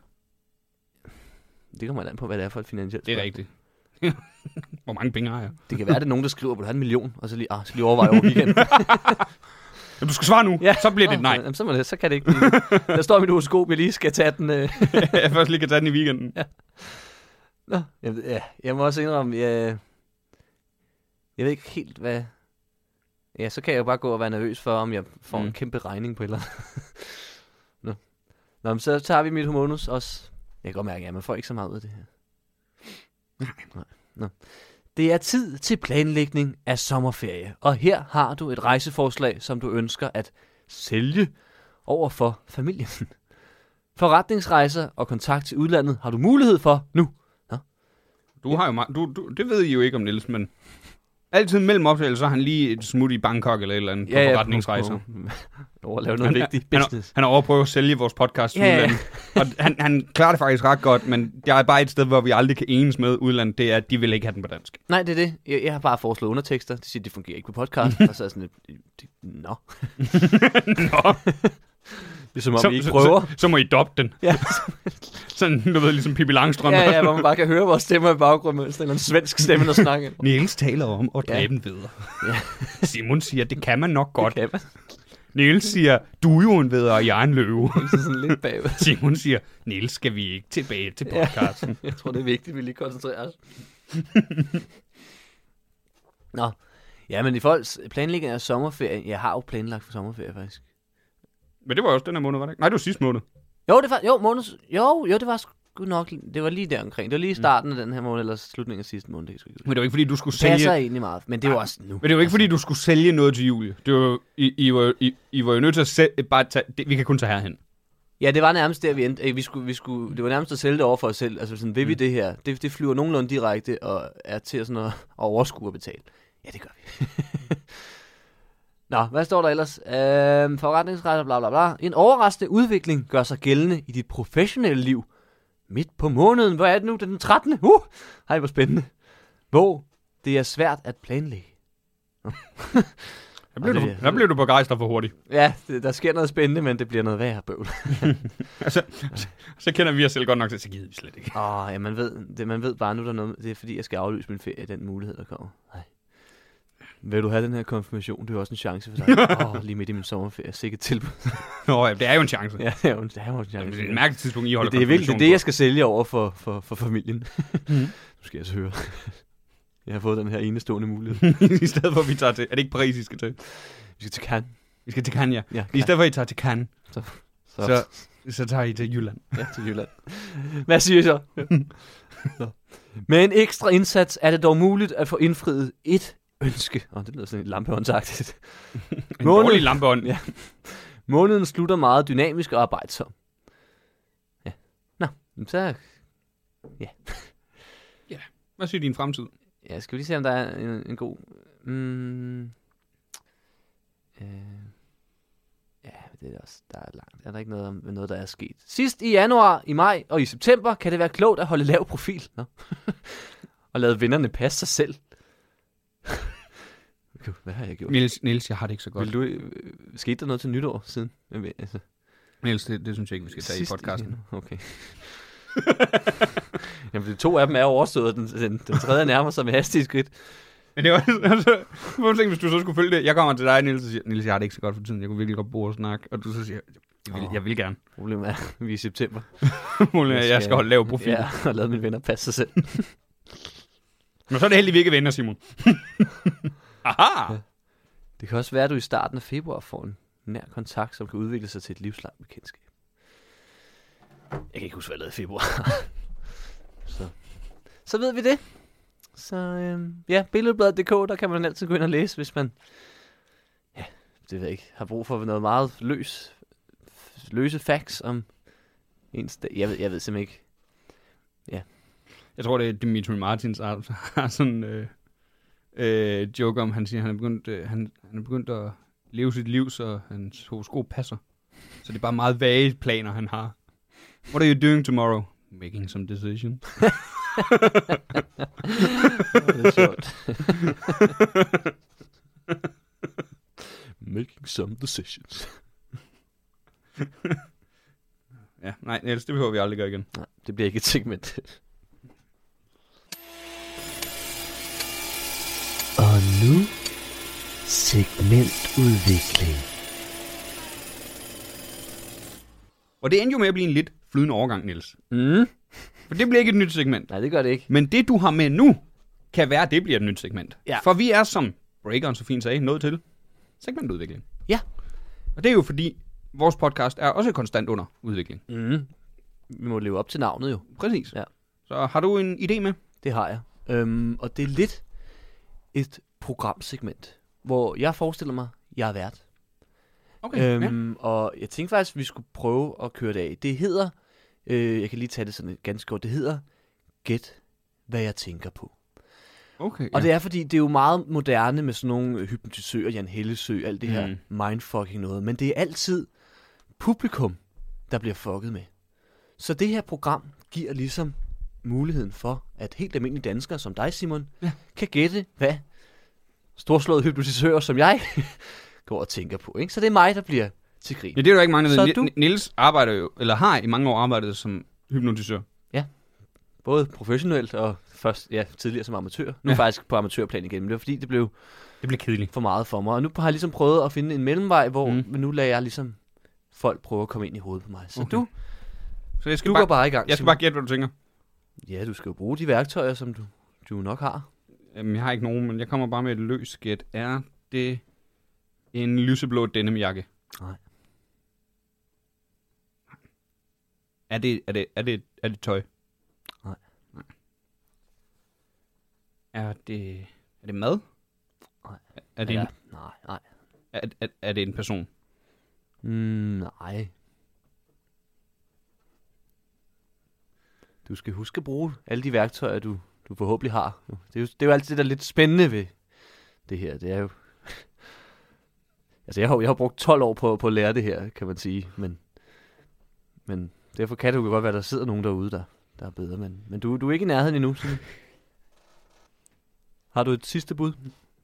Det kommer an på, hvad det er for et finansielt Det er spørgsmål. rigtigt. Hvor mange penge har jeg? Det kan være, at det er nogen, der skriver, at du har en million, og så lige, ah, skal lige overveje over weekenden. Jamen, du skal svare nu, Ja. så bliver det et Nå, nej. Jamen, så, må det, så kan det ikke blive det. Der står i mit horoskop, jeg lige skal tage den. Øh. Jeg først lige kan tage den i weekenden. Ja. Nå, jeg, ja, jeg må også indrømme, jeg, jeg ved ikke helt, hvad... Ja, så kan jeg jo bare gå og være nervøs for, om jeg får mm. en Mm. kæmpe regning på et eller andet. Nå. Nå, men så tager vi mit hormonus også. Jeg kan godt mærke, at man får ikke så meget ud af det her. Nej. Nå. Det er tid til planlægning af sommerferie, og her har du et rejseforslag, som du ønsker at sælge over for familien. Forretningsrejser og kontakt til udlandet har du mulighed for nu. Du har jo meget, du, du, det ved I jo ikke om, Niels, men altid mellem optagelser, så har han lige et smut i Bangkok eller et eller andet på forretningsrejser. Over at lave noget Han, vigtigt han, business. han har over at prøve at sælge vores podcast til Ja, ja. udlandet. Og han, han klarer det faktisk ret godt, men der er bare et sted, hvor vi aldrig kan enes med udlandet, det er, at de vil ikke have den på dansk. Nej, det er det. Jeg, jeg har bare foreslået undertekster. Det siger, det fungerer ikke på podcast. Og så er jeg sådan lidt, det, nå. Nå, Det er som om, så, vi ikke så, prøver. så, så må I doppe den. Ja. Sådan, du ved, ligesom Pippi Langstrøm. Ja, ja, hvor man bare kan høre vores stemmer i baggrunden, mens der er en svensk stemme, der snakker. Niels taler om at Ja. dræbe en vædder. Ja. Simon siger, det kan man nok godt. Det kan man. Niels siger, du er jo en vædder, og jeg er en løve. Så sådan lidt bagved. Simon siger, Niels, skal vi ikke tilbage til Ja. podcasten? Jeg tror, det er vigtigt, at vi lige koncentrerer os. Nå. Ja, men i folks planlægning af sommerferie, jeg har jo planlagt for sommerferie, faktisk. Men det var også den her måned, var det ikke? Nej, det var sidste måned. Jo, det var, jo, måneds, jo, jo, det var sgu nok, det var lige der omkring. Det var lige i starten af den her måned, eller slutningen af sidste måned, det kan jeg sgu ikke huske. Men det var ikke, fordi du skulle Det passer sælge... egentlig meget, men det er jo også nu. Men det var ikke, fordi du skulle sælge noget til Julie. Det var, I, I, var, I, I var jo nødt til at sælge... Bare tage, det, vi kan kun tage herhen. Ja, det var nærmest der, vi endte. Øh, Vi skulle, vi skulle, det var nærmest at sælge det over for os selv. Altså sådan, vil vi Mm. det her? Det, det flyver nogenlunde direkte og er til sådan at, at overskue og betale. Ja, det gør vi. Nå, hvad står der ellers? Øhm, forretningsretter, bla bla bla. En overraskende udvikling gør sig gældende i dit professionelle liv. Midt på måneden. Hvor er det nu? Det er den trettende. Uh! Hej, hvor spændende. Hvor det er svært at planlægge. Der blev, Og du, det- der blev du begejstret for hurtigt. Ja, det, der sker noget spændende, men det bliver noget værre bøvl. Altså, så, så kender vi os selv godt nok til, så gider vi slet ikke. Åh, oh, ja, man ved, det, man ved bare nu, der er noget, det er fordi, jeg skal aflyse min ferie, den mulighed, der kommer. Nej. Vil du have den her konfirmation? Det er jo også en chance for dig. Åh, oh, lige midt i min sommerferie. Sikkert tilbud. Nå, ja, det er jo en chance. Ja, det er jo, det er jo en chance. Det er et mærkeligt tidspunkt, I holder det, det er virkelig det, er konfirmation det, på. jeg skal sælge over for, for, for, for familien. Mhm. Nu skal jeg så høre. Jeg har fået den her enestående mulighed. I stedet for, at vi tager til... Er det ikke Paris, I skal til? Vi skal til Cannes. Vi skal til Cannes, ja. Ja, I stedet for, at I tager til Cannes, så, så, så tager I til Jylland. ja, til Jylland. Hvad siger I så? Nå. Med en ekstra indsats er det dog muligt at få indfriet et ønske. Åh, oh, det lyder sådan lidt lampehåndsagtigt. En Måned- dårlig lampeånd. Ja. Måneden slutter meget dynamisk og arbejdsom. Ja. Nå, så... Hvad siger din fremtid? Ja, skal vi lige se, om der er en, en god... Mm, øh, ja, det er også... Der er langt. Er der ikke noget om noget, der er sket? Sidst i januar, i maj og i september kan det være klogt at holde lav profil. Nå. Og lade vennerne passe sig selv. Okay, hvad har jeg gjort? Niels, Niels, jeg har det ikke så godt. Vil du, øh, skete der noget til nytår siden? Jeg ved, altså, Niels, det, det synes jeg ikke, vi skal tage i sidst podcasten. januar. Okay. Jamen, de to af dem er overstået, den, den, den tredje nærmer sig med hastige skridt. Men det var altså... Prøv at tænke, hvis du så skulle følge det. Jeg kommer til dig, Niels, og siger, Niels, jeg har det ikke så godt for tiden. Jeg kunne virkelig godt bruge at snakke. Og du så siger, jeg vil, jeg vil gerne. Problemet er, at vi er i september. Målet er, at jeg skal holde lav profil. Ja, og lade mine venner passe sig selv. Men så er det heldigvis ikke venner, Simon. Aha! Ja. Det kan også være, at du i starten af februar får en nær kontakt, som kan udvikle sig til et livslangt bekendtskab. Jeg kan ikke huske, hvad jeg lavede i februar. så. så ved vi det. Så øhm, ja, billedbladet punktum d k, der kan man altid gå ind og læse, hvis man, ja, det ved jeg ikke, har brug for noget meget løs, løse facts om ens dag. Jeg ved, jeg ved simpelthen ikke. Jeg tror, det er Dimitri Martins har, har sådan øh, øh, joke om, han siger, han er begyndt, øh, han, han er begyndt at leve sit liv, så hans horoskop passer. Så det er bare meget vage planer, han har. What are you doing tomorrow? Making some decision. Det er sjovt. Making some decisions. Ja, nej, Niels, det behøver vi aldrig gøre igen. Nej, det bliver ikke et segment. Og nu segmentudvikling. Og det endte jo med at blive en lidt flydende overgang, Niels. Mm. For det bliver ikke et nyt segment. Nej, det gør det ikke. Men det, du har med nu, kan være, at det bliver et nyt segment. Ja. For vi er, som Breakeren så fint sagde, nået til segmentudvikling. Ja. Og det er jo fordi, vores podcast er også konstant under udvikling. Mm. Vi må leve op til navnet jo. Præcis. Ja. Så har du en idé med? Det har jeg. Øhm, og det er lidt et programsegment, hvor jeg forestiller mig, jeg er vært. Okay. Øhm, ja. Og jeg tænkte faktisk, at vi skulle prøve at køre det af. Det hedder, øh, jeg kan lige tage det sådan et ganske kort, det hedder Gæt, hvad jeg tænker på. Okay. Og det er fordi, det er jo meget moderne med sådan nogle hypnotisører, Jan Hellesø, alt det her Mm. mindfucking noget. Men det er altid publikum, der bliver fucket med. Så det her program giver ligesom muligheden for, at helt almindelige danskere som dig, Simon, Ja. kan gætte, hvad storslåede hypnotisører som jeg går og tænker på. Ikke? Så det er mig, der bliver til grin. Ja, det er jo ikke mange, der Så ved. du? Ni- Niels arbejder jo, eller har i mange år arbejdet som hypnotisør. Både professionelt og først, ja, tidligere som amatør. Nu Ja. faktisk på amatørplan igen, men det var fordi, det blev Det bliver kedeligt. for meget for mig. Og nu har jeg ligesom prøvet at finde en mellemvej, hvor Mm. men nu lader jeg ligesom folk prøve at komme ind i hovedet på mig. Så Okay. du, Så jeg skal, du bare, går bare i gang. jeg skal Simon. bare gætte, hvad du tænker. Ja, du skal jo bruge de værktøjer, som du, du nok har. Jamen, jeg har ikke nogen, men jeg kommer bare med et løs gæt. Er det en lyseblå denimjakke? Nej. Er det, er det, er det, er det tøj? Nej. Nej. Er det, er det mad? Nej. Er det, ja, en, nej, nej. er, er, er det en person? Mm, nej. du skal huske at bruge alle de værktøjer, du, du forhåbentlig har. Det er, jo, det er jo altid det, der er lidt spændende ved det her. Det er jo... altså, jeg har, jeg har brugt tolv år på, på at lære det her, kan man sige. Men, men derfor kan det jo godt være, at der sidder nogen derude, der, der er bedre. Men, men du, du er ikke i nærheden endnu, Simon. Har du et sidste bud?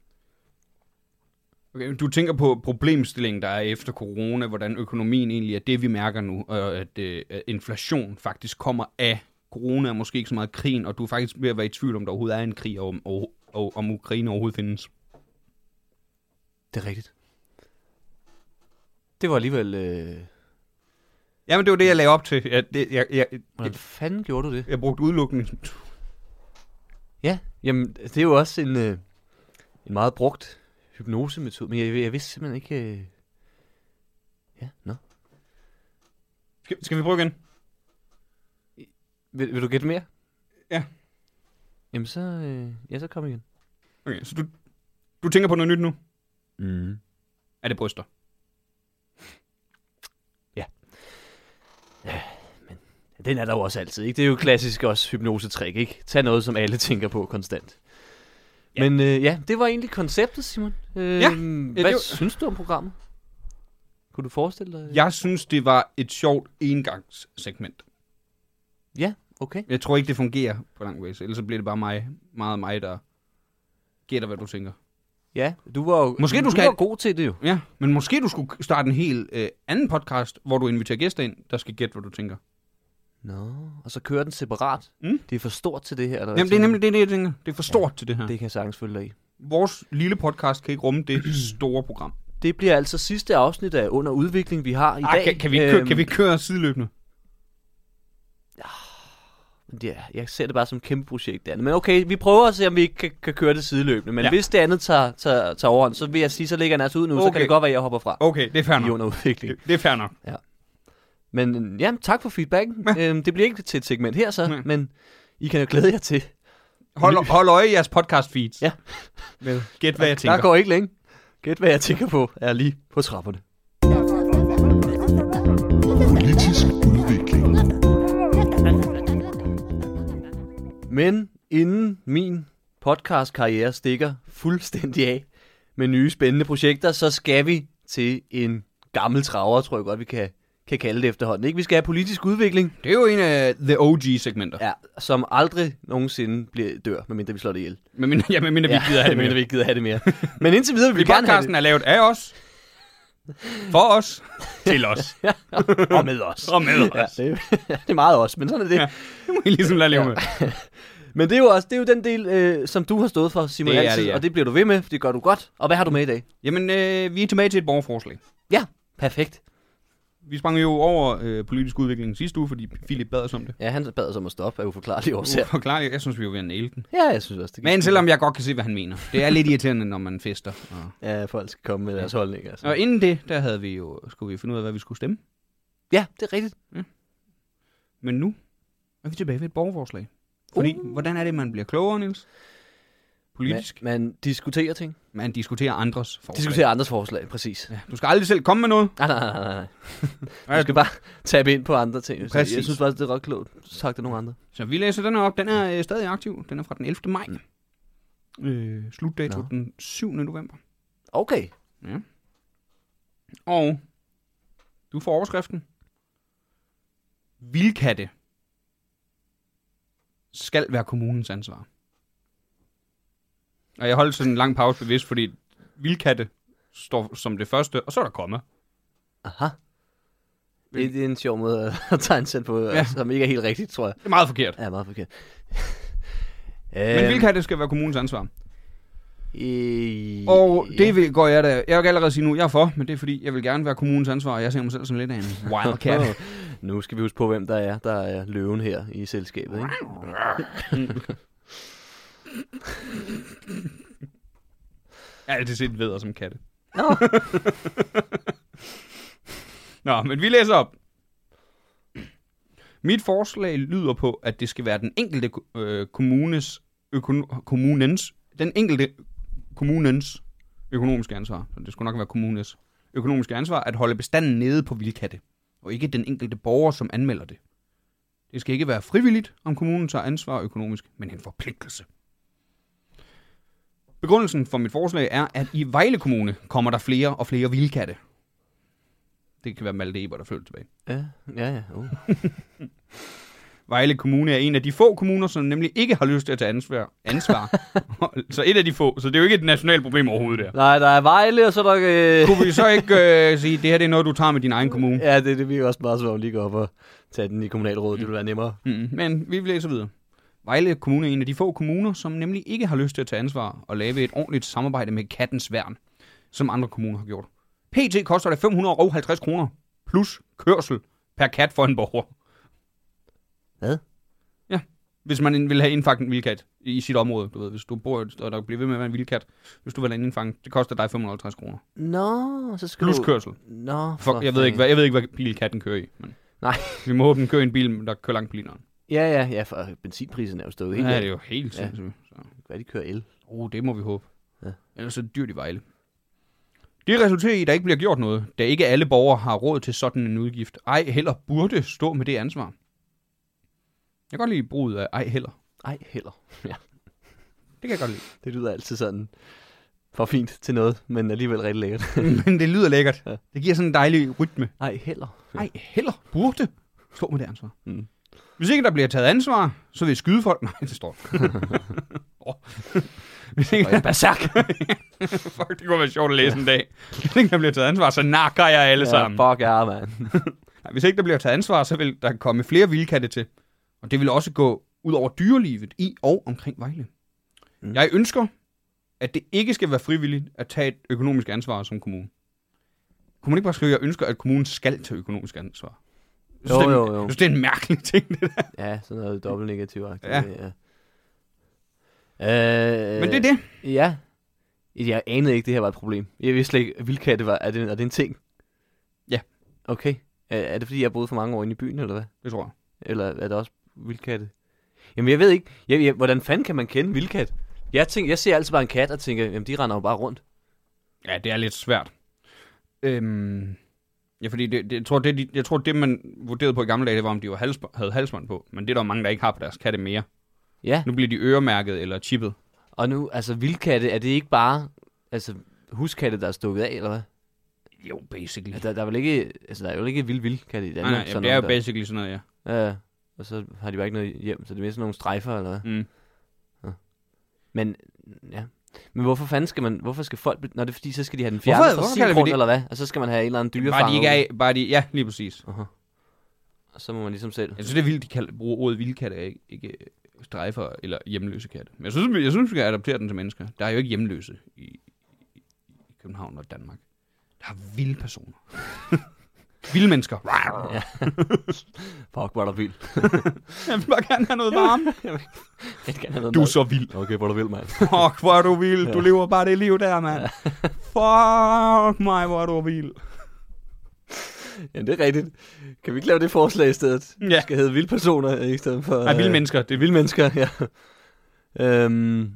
Okay, du tænker på problemstillingen, der er efter corona, hvordan økonomien egentlig er det, vi mærker nu, og at, øh, at inflation faktisk kommer af corona, og måske ikke så meget krigen, og du er faktisk ved at være i tvivl om, der overhovedet er en krig, og om, og, og, om Ukraine overhovedet findes. Det er rigtigt. Det var alligevel... Øh... Jamen, det var det, jeg lagde op til. Jeg, det, jeg, jeg, Hvordan fanden gjorde du det? jeg brugte udelukkende. Ja, jamen, det er jo også en, øh, en meget brugt hypnosemetode, men jeg, jeg vidste simpelthen ikke... Øh... Ja, nå. Skal, skal vi prøve igen? Vil, vil du gætte mere? Ja. Jamen, så, øh... ja, så kom igen. Okay, så du, du tænker på noget nyt nu? Mm. Er det bryster? Den er der jo også altid, ikke? Det er jo klassisk også hypnosetrik, ikke? Tag noget, som alle tænker på konstant. Ja. Men øh, ja, det var egentlig konceptet, Simon. Øh, Ja. Hvad det var... synes du om programmet? Kunne du forestille dig? Jeg synes, det var et sjovt engangssegment. Ja, okay. Jeg tror ikke, det fungerer på lang vis. Ellers så bliver det bare mig, meget mig, der gætter, hvad du tænker. Ja, du var jo Måske du, du du skal- var god til det jo. Ja, men måske du skulle starte en helt øh, anden podcast, hvor du inviterer gæster ind, der skal gætte, hvad du tænker. Nå, og så kører den separat. Mm. Det er for stort til det her. Eller hvad Jamen, det er tænker nemlig det, det, jeg tænker. Det er for stort ja, til det her. du? Det kan jeg sagtens følge dig i. Vores lille podcast kan ikke rumme det store program. Det bliver altså sidste afsnit af Under Udvikling, vi har i Ah, dag. kan, kan, vi ikke køre, Øhm, kan vi ikke køre sideløbende? Ja, jeg ser det bare som et kæmpe projekt det andet. Men okay, vi prøver at se, om vi ikke kan, kan køre det sideløbende. Men Ja. ja. hvis det andet tager, tager, tager overhånd, så vil jeg sige, så ligger den altså ud nu. Okay. Så Okay. kan det godt være, at jeg hopper fra Okay, det er fair i nok. Under Udvikling. Det, det er fair nok. Men ja, tak for feedbacken. Ja. Øhm, det bliver ikke til et segment her så, Nej. men I kan jo glæde jer til. Hold, hold øje i jeres podcast feeds. Ja. Vel, gæt, hvad jeg tænker. Der går ikke længe. Gæt, hvad jeg tænker på, er lige på trapperne. Politisk udvikling. Men inden min podcastkarriere stikker fuldstændig af med nye spændende projekter, så skal vi til en gammel traver, tror jeg godt, vi kan, kan kalde det efterhånden. Ikke? Vi skal have politisk udvikling, Det er jo en af the O G-segmenter. ja, som aldrig nogensinde bliver dør, medmindre vi slår det ihjel. Men mindre, ja, men mindre vi gider have det medmindre mere. vi ikke gider have det mere. Men indtil videre vil vi Fordi gerne have podcasten er lavet af os, for os, til os. det. Og med os. Og med Ja, os. det, det er meget os, men sådan er det. Ja. Det må I ligesom lade leve med. Men det er jo også det er jo den del, øh, som du har stået for, Simon, Det er altid, det, ja. og det bliver du ved med, for det gør du godt. Og hvad har du med i dag? Jamen, øh, vi er tilbage til et borgerforslag. Ja, perfekt. Vi sprang jo over øh, politisk udvikling sidste uge, fordi Philip bad os om det. Ja, han bad os om at stoppe af uforklarlige årsager. Forklarligt, jeg synes, vi var ved at næle den. Ja, jeg synes også, det Men selvom jeg godt kan se, hvad han mener. Det er lidt irriterende, når man fester. Og, Ja, folk skal komme med deres holdninger. Altså. og inden det, der havde vi jo, skulle vi finde ud af, hvad vi skulle stemme. Ja, det er rigtigt. Men nu er vi tilbage ved et borgerforslag. Fordi, uh. hvordan er det, man bliver klogere, Niels? Politisk. Man, man diskuterer ting. Man diskuterer andres forslag. Diskuterer andres forslag, præcis. Ja, du skal aldrig selv komme med noget. Nej, nej, nej, nej, nej. Du skal bare tabe ind på andre ting. Så Præcis. jeg synes faktisk, det er ret klogt sagt af nogle andre. Så vi læser den her op. Den er øh, stadig aktiv. Den er fra den ellevte maj. Øh, slutdato Nå. den syvende november. Okay. Ja. Og du får overskriften. Vildkatte skal være kommunens ansvar. Og jeg holdt sådan en lang pause bevidst, fordi vildkatte står som det første, og så er der komma. Aha. Det, det er en sjov måde at tegne selv på, Ja. ja. som ikke er helt rigtigt, tror jeg. Det er meget forkert. Ja, meget forkert. Men vildkatte skal være kommunens ansvar. Øh, Og det ja. vil, går jeg da... Jeg kan allerede sige nu, jeg er for, men det er fordi, jeg vil gerne være kommunens ansvar, og jeg ser mig selv som lidt af en wildcat. Nu skal vi huske på, hvem der er, der er løven her i selskabet, ikke? Jeg har altid set vædder som katte. Nå. Nå, men vi læser op. Mit forslag lyder på, at det skal være den enkelte øh, kommunes, økono- kommunens, den enkelte kommunens økonomiske ansvar. Så det skulle nok være kommunens økonomiske ansvar at holde bestanden nede på vildkatte, og ikke den enkelte borger, som anmelder det. Det skal ikke være frivilligt, om kommunen tager ansvar økonomisk, men en forpligtelse. Begrundelsen for mit forslag er, at i Vejle Kommune kommer der flere og flere vildkatte. Det kan være Malte Eber, der flytter tilbage. Ja, ja, ja. Uh. Vejle Kommune er en af de få kommuner, som nemlig ikke har lyst til at tage ansvar. ansvar. Så et af de få, så det er jo ikke et nationalt problem overhovedet der. Nej, der er Vejle, og så er der... Øh... Kunne vi så ikke øh, sige, at det her det er noget, du tager med din egen kommune? Ja, det, det virker også meget som om lige gå op og tage den i kommunalrådet. Mm. Det vil være nemmere. Mm, men vi læser videre. Vejle Kommune er en af de få kommuner, som nemlig ikke har lyst til at tage ansvar og lave et ordentligt samarbejde med Kattens Værn, som andre kommuner har gjort. P T koster det fem hundrede og halvtreds kroner plus kørsel per kat for en borger. Hvad? Ja, hvis man vil have indfanget en vildkat i sit område. Du ved, hvis du bor og der bliver ved med at være en vildkat, hvis du vil have indfanget, det koster dig fem hundrede og halvtreds kroner. Nå, så skal plus du... kørsel. Nå, for, jeg, ved ikke, hvad, jeg ved ikke, hvad bil katten kører i. Men nej. Vi må håbe, den kører i en bil, der kører langt på lineren. Ja, ja, ja, for benzinprisen er jo stået helt. Ja, det er jo helt ja. sindssygt. Så. Hvad de kører el? Oh, det må vi håbe. Ja. Ellers er det dyrt i Vejle. Det resulterer i, at der ikke bliver gjort noget, da ikke alle borgere har råd til sådan en udgift. Ej heller burde stå med det ansvar. Jeg kan godt lide bruget af ej heller. Ej heller, ja. Det kan jeg godt lide. Det lyder altid sådan for fint til noget, men alligevel rigtig lækkert. Men det lyder lækkert. Ja. Det giver sådan en dejlig rytme. Ej heller. Ej heller burde stå med det ansvar. Mm. Hvis ikke der bliver taget ansvar, så vil jeg skyde folk. Nej, det står. oh. Hvis ikke... Og jeg berserk. Fuck, det kunne være sjovt at læse en dag. Hvis ikke der bliver taget ansvar, så nakker jeg alle ja, sammen. Fuck ja, man. Nej, hvis ikke der bliver taget ansvar, så vil der komme flere vildkatte til. Og det vil også gå ud over dyrelivet i og omkring Vejle. Mm. Jeg ønsker, at det ikke skal være frivilligt at tage et økonomisk ansvar som kommune. Kunne man ikke bare skrive, at jeg ønsker, at kommunen skal tage økonomisk ansvar? Jeg synes, jo, det er, jo, jo. Jeg synes, det er en mærkelig ting, det der. Ja, sådan noget dobbelt negativt. Ja. ja. Øh, Men det er det. Ja. Jeg anede ikke, det her var et problem. Jeg vidste slet ikke, at vildkatte var... Er det, er det en ting? Ja. Okay. Er, er det, fordi jeg har boet for mange år inde i byen, eller hvad? Det tror jeg. Eller er der også vildkatte? Jamen, jeg ved ikke. Jeg, jeg, hvordan fanden kan man kende vildkat? Jeg, tænker, jeg ser altid bare en kat og tænker, jamen, de render jo bare rundt. Ja, det er lidt svært. Øhm, ja, fordi det, det, jeg, tror, det, jeg tror, det man vurderede på i gamle dage, det var, om de var hals, havde halsbånd på. Men det er der mange, der ikke har på deres katte mere. Ja. Nu bliver de øremærket eller chippet. Og nu, altså vildkatte, er det ikke bare altså huskatte, der er stukket af, eller hvad? Jo, basically. Ja, der, der er vel ikke, altså der er jo ikke vild vildkatte i Danmark. Nej, nej, jamen, det er jo der... basically sådan noget, ja. Ja, og så har de bare ikke noget hjem, så det er mere sådan nogle strejfer, eller hvad? Mm. Ja. Men, ja. Men hvorfor fanden skal man, hvorfor skal folk, når det er fordi, så skal de have den fjernet Hvorfor- fra hvorfor sin kalder vi grund, det- eller hvad? Og så skal man have en eller anden Bare dyrefanger. de ikke er, bare de, ja, lige præcis. Uh-huh. Og så må man ligesom selv. Jeg synes, det er vildt, de kalder, bruger ordet vildkatte, ikke, ikke strejfer eller hjemløse katte. Men jeg synes, jeg synes, vi skal adaptere den til mennesker. Der er jo ikke hjemløse i, i, i København og Danmark. Der er vilde personer. Vilde mennesker. Ja. Fuck, hvor er der vild. Jeg vil bare gerne have noget varme. Jeg vil gerne have noget Du er mad. så vild. Okay, hvor er du vild, mand. Fuck, hvor er du vild. Du lever bare det liv der, mand. Fuck mig, hvor er du vild. Ja, det er rigtigt. Kan vi ikke lave det forslag i stedet? Ja. Det skal hedde vilde personer i stedet for... Nej, vilde øh, mennesker. Det er Vilde mennesker, ja. øhm.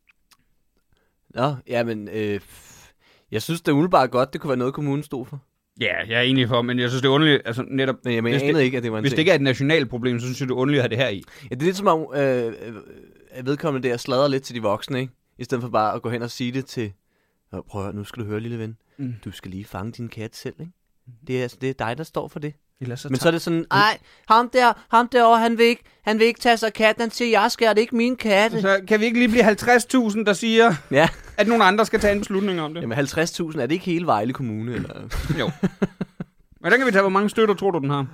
Nå, ja, men... Øh, jeg synes, det er umiddelbart godt, det kunne være noget, kommunen stod for. Ja, jeg er enig for, men jeg synes, det er underligt, altså netop... Men jeg, men Hvis jeg det- anede ikke, at det var en Hvis det ting. ikke er et nationalt problem, så synes jeg, det er underligt at have det her i. Ja, det er lidt som om, øh, øh, at vedkommende der sladrer lidt til de voksne, ikke? I stedet for bare at gå hen og sige det til... "Nå, prøv at høre, nu skal du høre, lille ven. Mm. Du skal lige fange din kat selv, ikke? Det er, altså, det er dig, der står for det. Ellers Men så er det sådan, ej, ham der, ham derovre, han vil ikke, han vil ikke tage sig af katten. Han siger, jeg skal, det er ikke min katte. Så kan vi ikke lige blive halvtreds tusind, der siger, Ja, at nogle andre skal tage en beslutning om det? jamen halvtreds tusind, er det ikke hele Vejle Kommune? Eller? Jo. Men der kan vi tage, hvor mange støtter tror du, den har?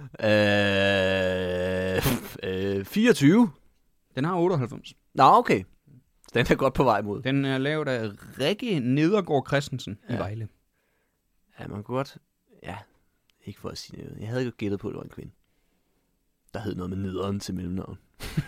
øh, øh, fireogtyve. Den har otteoghalvfems. Nå, okay. Den er godt på vej mod. Den er lavet af Rikke Nedergaard Christensen ja. i Ja. Vejle. Ja, man kunne godt... Ja, ikke for at sige noget. Jeg havde ikke gættet på, at det var en kvinde. Der hed noget med nederen til mellemnavn.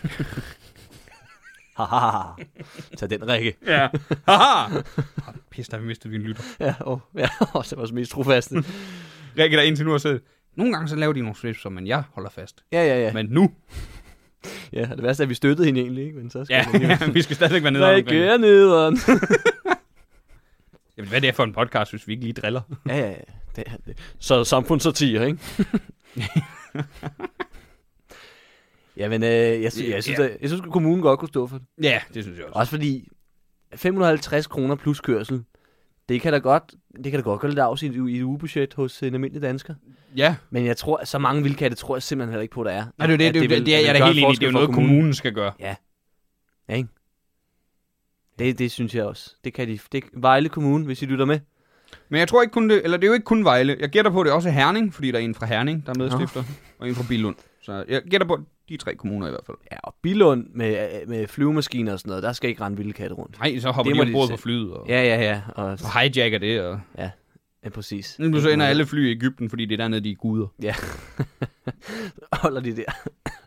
Haha. Tag den, Rikke. Ja. Haha! Pisse, der har vi mistet din lytter. Ja, oh, ja, oh, det var også mest trofaste. Rikke, der indtil nu har siddet. Nogle gange så laver de nogle strips, som men jeg holder fast. Ja, ja, ja. Men nu, Ja, og det værste er, at vi støttede hende egentlig, ikke? Men så skal ja, man lige... vi skal stadigvæk være nede Rikke er nederen. Jamen, hvad er det for en podcast, hvis vi ikke lige driller? Ja, ja, ja. Det er det. Så samfundssatire, ikke? Jamen, øh, jeg, sy- jeg, synes, Ja. at, jeg synes, at kommunen godt kunne stå for det. Ja, det synes jeg også. Også fordi fem hundrede og halvtreds kroner plus kørsel, det kan da godt, det kan da godt gøre lidt af i, i et ugebudget hos en almindelig dansker. Ja. Men jeg tror, så mange vildkatte tror jeg simpelthen heller ikke på, der er. Nej, det er det, At det, det, vil- det, det er vil jeg da gøre helt en enig i. Det er jo forskel noget, for kommunen skal gøre. Ja, ikke? Det, det synes jeg også. Det kan de. Det, Vejle Kommune, hvis I lytter med. Men jeg tror ikke kun det, eller det er jo ikke kun Vejle. Jeg gætter på, at det er også Herning, fordi der er en fra Herning, der er medstifter, og en fra Billund. Så jeg gætter på de tre kommuner i hvert fald. Ja, og Billund med, med flyvemaskiner og sådan noget, der skal ikke rende vilde katte rundt. Nej, så hopper Det de må om de bord se. på flyet og, Ja, ja, ja. Og, og hijacker det. Og... ja, ja, præcis. Nu så ender alle fly i Egypten, fordi det er dernede, de er guder. Ja. Holder de der.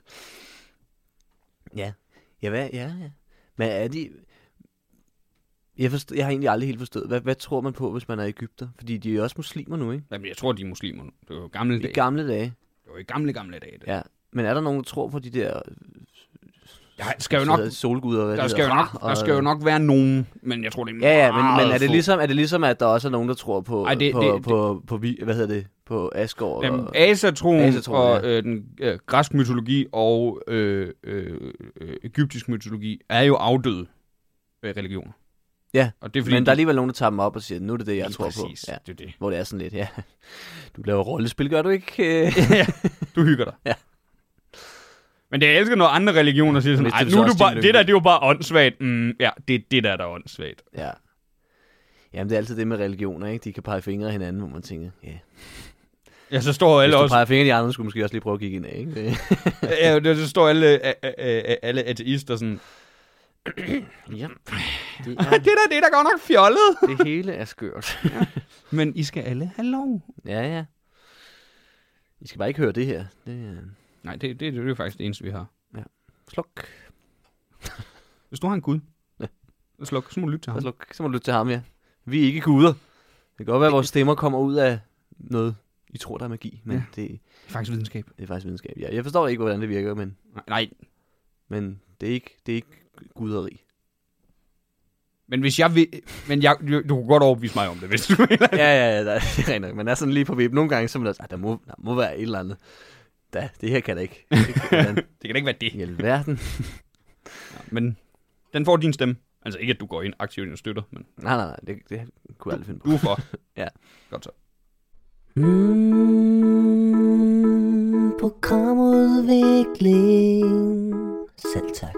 ja. Ja, hvad? Ja, ja. Men er de... Jeg, forstår, jeg har egentlig aldrig helt forstået. Hvad, hvad tror man på, hvis man er egypter? Fordi de er jo også muslimer nu, ikke? Jamen, jeg tror, de er muslimer nu. Det var jo gamle I dage. gamle dage. Det var i gamle, gamle dage. Det. Ja. Men er der nogen, der tror på de der... Der skal jo nok, solguder, hvad der det skal jo hedder? nok, der skal jo nok være nogen, men jeg tror, det er Ja, ja, men, meget men er, det få. ligesom, er det ligesom, at der også er nogen, der tror på... Ej, det- på, det- på, på, på, vi- hvad hedder det? På Asgård? Jamen, og... asatroen Asatroen, og ja. øh, den øh, græsk mytologi og øh, øh, øh, egyptisk mytologi er jo afdøde øh, religioner. Ja, og det er fordi, men der er alligevel nogen, der tager dem op og siger, nu er det det, jeg Lige tror præcis, på. Ja. det er det. Hvor det er sådan lidt, ja. Du laver rollespil, gør du ikke? ja, du hygger dig. Ja. Men det jeg elsker, når andre religioner siger sådan, Hvis det "Ej, nu så er du også bare, din det der, lykke." det er jo bare åndssvagt. Mm, ja, det er det der, der er åndssvagt. ja. Jamen, det er altid det med religioner, ikke? De kan pege fingre af hinanden, hvor man tænker, ja. Ja, så står Hvis alle du også... peger fingre af de andre, skulle du måske også lige prøve at kigge ind af, ikke? Det- ja, det- så står alle, a- a- a- alle ateister sådan, ja. Det, det er, der, det er da godt nok fjollet. det hele er skørt. Men I skal alle have lov. Ja, ja. I skal bare ikke høre det her. Det er... Nej, det, det, det er jo faktisk det eneste, vi har. Sluk. Hvis du har en gud, Ja. så sluk, så må du lytte til ham. Sluk. Så må du lytte til ham, ja. Vi er ikke guder. Det kan godt være, at vores stemmer kommer ud af noget, I tror, der er magi. Men Ja. det, Det er faktisk videnskab. det er faktisk videnskab. Ja, jeg forstår ikke, hvordan det virker, men, Nej, nej. men det, er ikke, det er ikke guderi. Men hvis jeg vil... Men jeg, du, du kunne godt overbevise mig om det, hvis du vil. ja, ja, ja, der, det er rent nok. Man er sådan lige på vippen. Nogle gange, så er man der, der, må, der må være et eller andet. Da, det her kan da ikke. Det kan, hvordan, Det kan da ikke være det. i alverden. Men den får din stemme. Altså ikke, at du går ind aktivt ind og støtter, men Nej, nej, nej, det, det kunne jeg aldrig finde på. du er for. Ja. Godt så. Mm, programudvikling. Selv tak.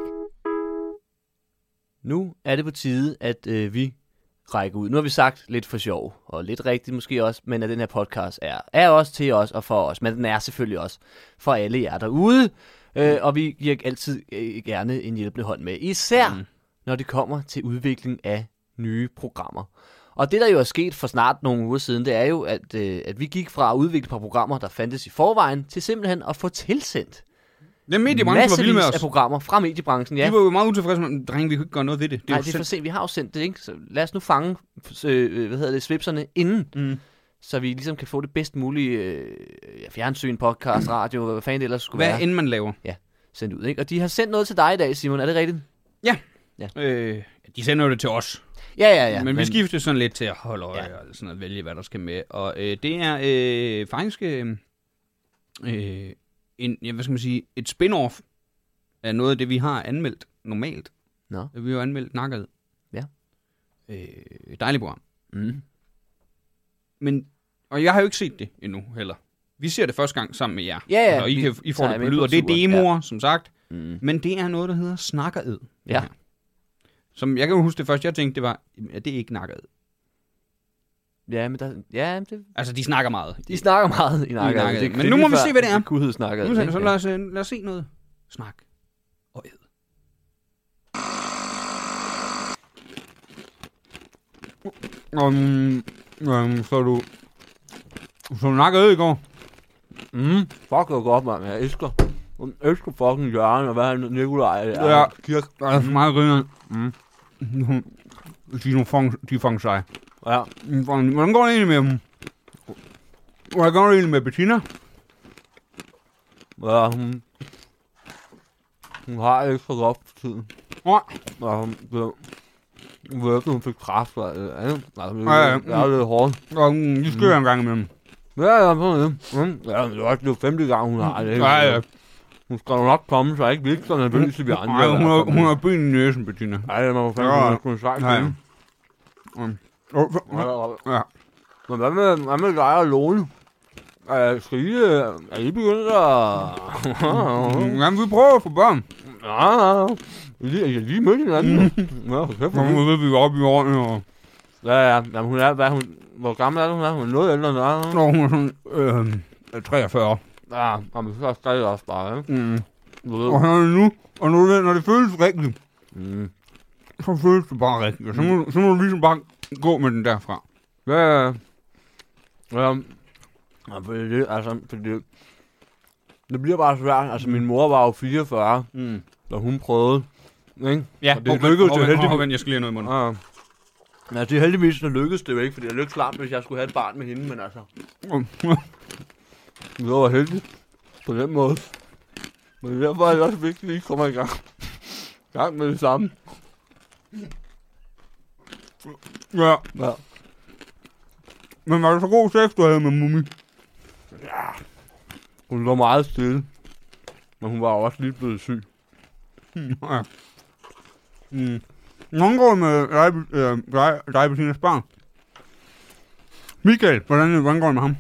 Nu er det på tide, at øh, vi rækker ud. Nu har vi sagt lidt for sjov, og lidt rigtigt måske også, men at den her podcast er, er også til os og for os. Men den er selvfølgelig også for alle jer derude. Øh, og vi giver altid øh, gerne en hjælpende hånd med. Især mm. når det kommer til udvikling af nye programmer. Og det, der jo er sket for snart nogle uger siden, det er jo, at, øh, at vi gik fra at udvikle på programmer, der fandtes i forvejen, til simpelthen at få tilsendt Den mediebranche var vild med massevis os. af programmer fra mediebranchen. Ja. De var jo meget utilfredse med, drenge, vi kunne ikke gøre noget ved det. Det er Nej, jo det er selv- for sent. Vi har jo sendt det, ikke? Så lad os nu fange øh, hvad hedder det, svipserne inden, Mm. så vi ligesom kan få det bedst mulige øh, ja, fjernsyn, podcast, radio, hvad fanden det ellers skulle Hvad være, end man laver. sendt ud. Ikke? Og de har sendt noget til dig i dag, Simon. Er det rigtigt? Øh, de sender jo det til os. Ja, ja, ja. Ja, men, men vi skifter sådan lidt til at holde øje ja. og sådan at vælge, hvad der skal med. Og øh, det er øh, faktisk øh, øh, en, ja, hvad skal man sige, et spin-off af noget af det, vi har anmeldt normalt. Nå. Vi har jo anmeldt Nakket. Ja. Øh, dejligt program. Mm. Men, og jeg har jo ikke set det endnu heller. Vi ser det første gang sammen med jer. Ja, ja, Så I, vi kan, I får tager det på med lyd, på og det er turen, demoer, som sagt. Mm. Men det er noget, der hedder Snakkered. Ja. Som jeg kan jo huske det første, jeg tænkte, det var, at det er ikke Nakkered. Ja, men der, ja, det, Altså, de snakker meget. de snakker meget i nakket. nakket. Det, Men det er nu lige må vi før, se, hvad det er. Gudhed snakker. Nu, så, så lad, os, øh, lad os se noget snak og æd. Um, um, så du... Så du nakkede i går? Mm. Fuck, det var godt, mand. Jeg elsker, jeg elsker fucking Jørgen, og hvad er Nikolaj? Ja. Kirk. Der er så meget griner. Mm. De er nogle fang, de fang sig. Ja. Hvordan går det egentlig med dem? Hvordan går det egentlig med Bettina? Ja, hun, hun har ikke så godt for tiden. Nej. Ja, hun, det, hun ved ikke, hun fik kræft og eller andet. Altså, det, Ja, ja. det er lidt hårdt. De skriver en gang imellem. Ja, ja, på det. Mm. Ja, det er også det femte gang, hun har det. Ja, ja. Hun skal nok komme, så jeg ikke virker så nervøs, vi andre. Nej, hun har, hun har ben i næsen, Bettina. Ej, det må fandme Ja. ja. kunne svare Nej. til. Um, oh, ja. Men hvad med, hvad med dig og Lone? Uh, skal I, uh, er I begyndt at... Jamen, vi prøver at få børn. Ja, ja. I er lige mødt hinanden. Ja, for kæft. Nu ved vi jo op i årene, og Ja, ja. Jamen, hun er, hvad, hun, hvor gammel er hun? Er? Hun er noget ældre end dig. når hun er sådan øh, treogfyrre. Ja, jamen, så skal det også bare, ikke? Mm. Du ved. Og så er det nu, og nu, når det føles rigtigt, Mm. så føles det bare rigtigt. Og så må, så må du ligesom bare gå med den derfra. Ja, ja. Ja, ja, fordi det, altså, fordi det, det bliver bare svært. Altså, min mor var jo fireogfyrre, Mm. da hun prøvede, ikke? Ja, Og det lykkedes jo heldigvis. Vent, jeg skal lige have noget i munden. Ja. Ja, det er heldigvis, det lykkedes det jo ikke, fordi det lykkedes klart, hvis jeg skulle have et barn med hende, men altså, det var heldigt på den måde. Men derfor er det også vigtigt, at I kommer i gang. Gang med det samme. Ja, Ja. men var det så god sex, du havde med Mummi? Hun var meget stille, men hun var også lige blevet syg. Ja. Mm. Hvordan går det med dig, øh, dig, dig Bettinas barn? Michael, hvordan, hvordan går det med ham?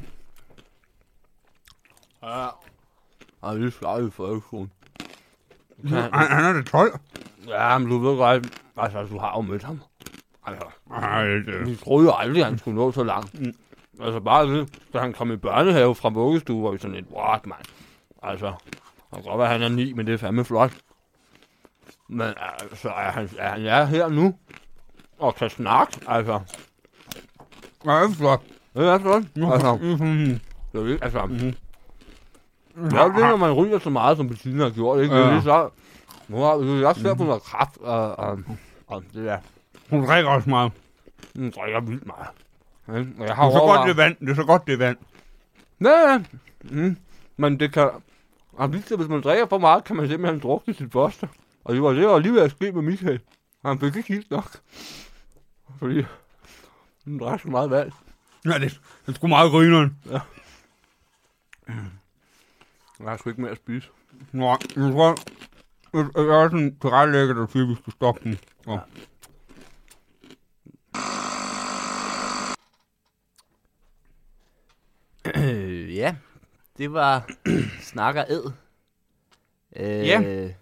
Ja. Ej, det er svært i folkeskolen. Han, han er det tolv. Ja, men du ved godt, altså, du har jo mødt ham. Altså, Ej, det... vi troede jo aldrig, at han skulle nå så langt. Mm. Altså, bare det, da han kom i børnehave fra vuggestue, var vi sådan lidt, what, mand. Altså, det kan godt være, at han er ni, men det er fandme flot. Men altså, er han, er han er her nu, og kan snakke, altså. Ja, det er flot. Det er flot. Altså, Mm-hmm. det er ikke, altså. Mm-hmm. Det er jo det, når man ryger så meget, som Bettina har gjort, ikke? Det er Ja. lige så... Nu har vi også svært på noget kraft, og, og, og det der. Hun drikker også meget. Hun drikker vildt meget. Ja, og jeg Det har er så godt, overvejet- det er vand. Det er så godt, det er vand. Ja, ja. Mm. Men det kan... Og hvis man drikker for meget, kan man simpelthen drukne sit foster. Og det var det, der var lige ved at ske med Michael. Han fik ikke helt nok. Fordi... Han drak så meget vand. Ja, det, det er sgu meget gryneren. Jeg har sgu ikke mere at spise. Nå, jeg tror, jeg, jeg er også en tilrettelægger, der siger, at vi skal stoppe den. Og, Øh, ja. Det var Snakker Ed. Øh, Ja.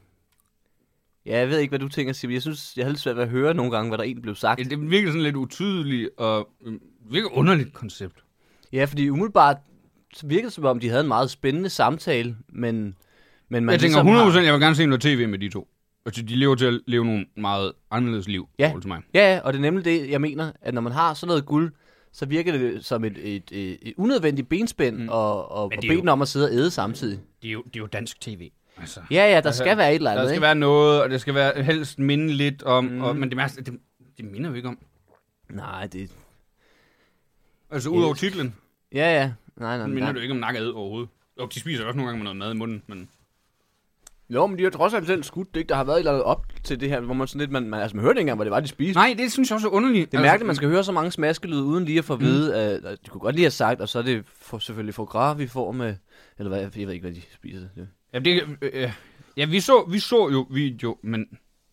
Ja, jeg ved ikke, hvad du tænker, Simon. Jeg synes, jeg havde lidt svært ved at høre nogle gange, hvad der egentlig blev sagt. det virker sådan lidt utydeligt, og øh, virker underligt koncept. Ja, fordi umiddelbart så virker det som om, de havde en meget spændende samtale, men... men man Jeg tænker ligesom hundrede procent, har... jeg vil gerne se noget tv med de to. Altså, de lever til at leve nogle meget anderledes liv, i Ja. forhold til mig. Ja, ja, og det er nemlig det, jeg mener, at når man har sådan noget guld, så virker det som et, et, et, et unødvendigt benspænd, mm. og, og, og det er jo- benene om at sidde og æde samtidig. Det er jo, det er jo dansk tv. Altså, Ja, ja, der Altså, skal være et eller andet, der skal ikke? være noget, og det skal være helst minde lidt om, Mm. mm. og, men det meste, det, det minder jo ikke om. Nej, det... Altså, udover titlen, Ja, ja. Nej, nej, så minder nej. det jo ikke om nakket overhovedet. Og de spiser også nogle gange med noget mad i munden, men... Jo, men de har trods alt selv skudt det, ikke? Der har været et eller andet op til det her, hvor man sådan lidt... Man, man, altså, man hørte ikke engang, hvad det var, de spiste. Nej, det synes jeg også er underligt. Det er mærkeligt, at man skal høre så mange smaskelyde, uden lige at få at vide, at, at de kunne godt lige have sagt, og så er det for, selvfølgelig for gras, vi får med... Eller hvad, jeg ved ikke, hvad de spiser. Det. Ja, det, øh, ja vi, så, vi så jo video, men...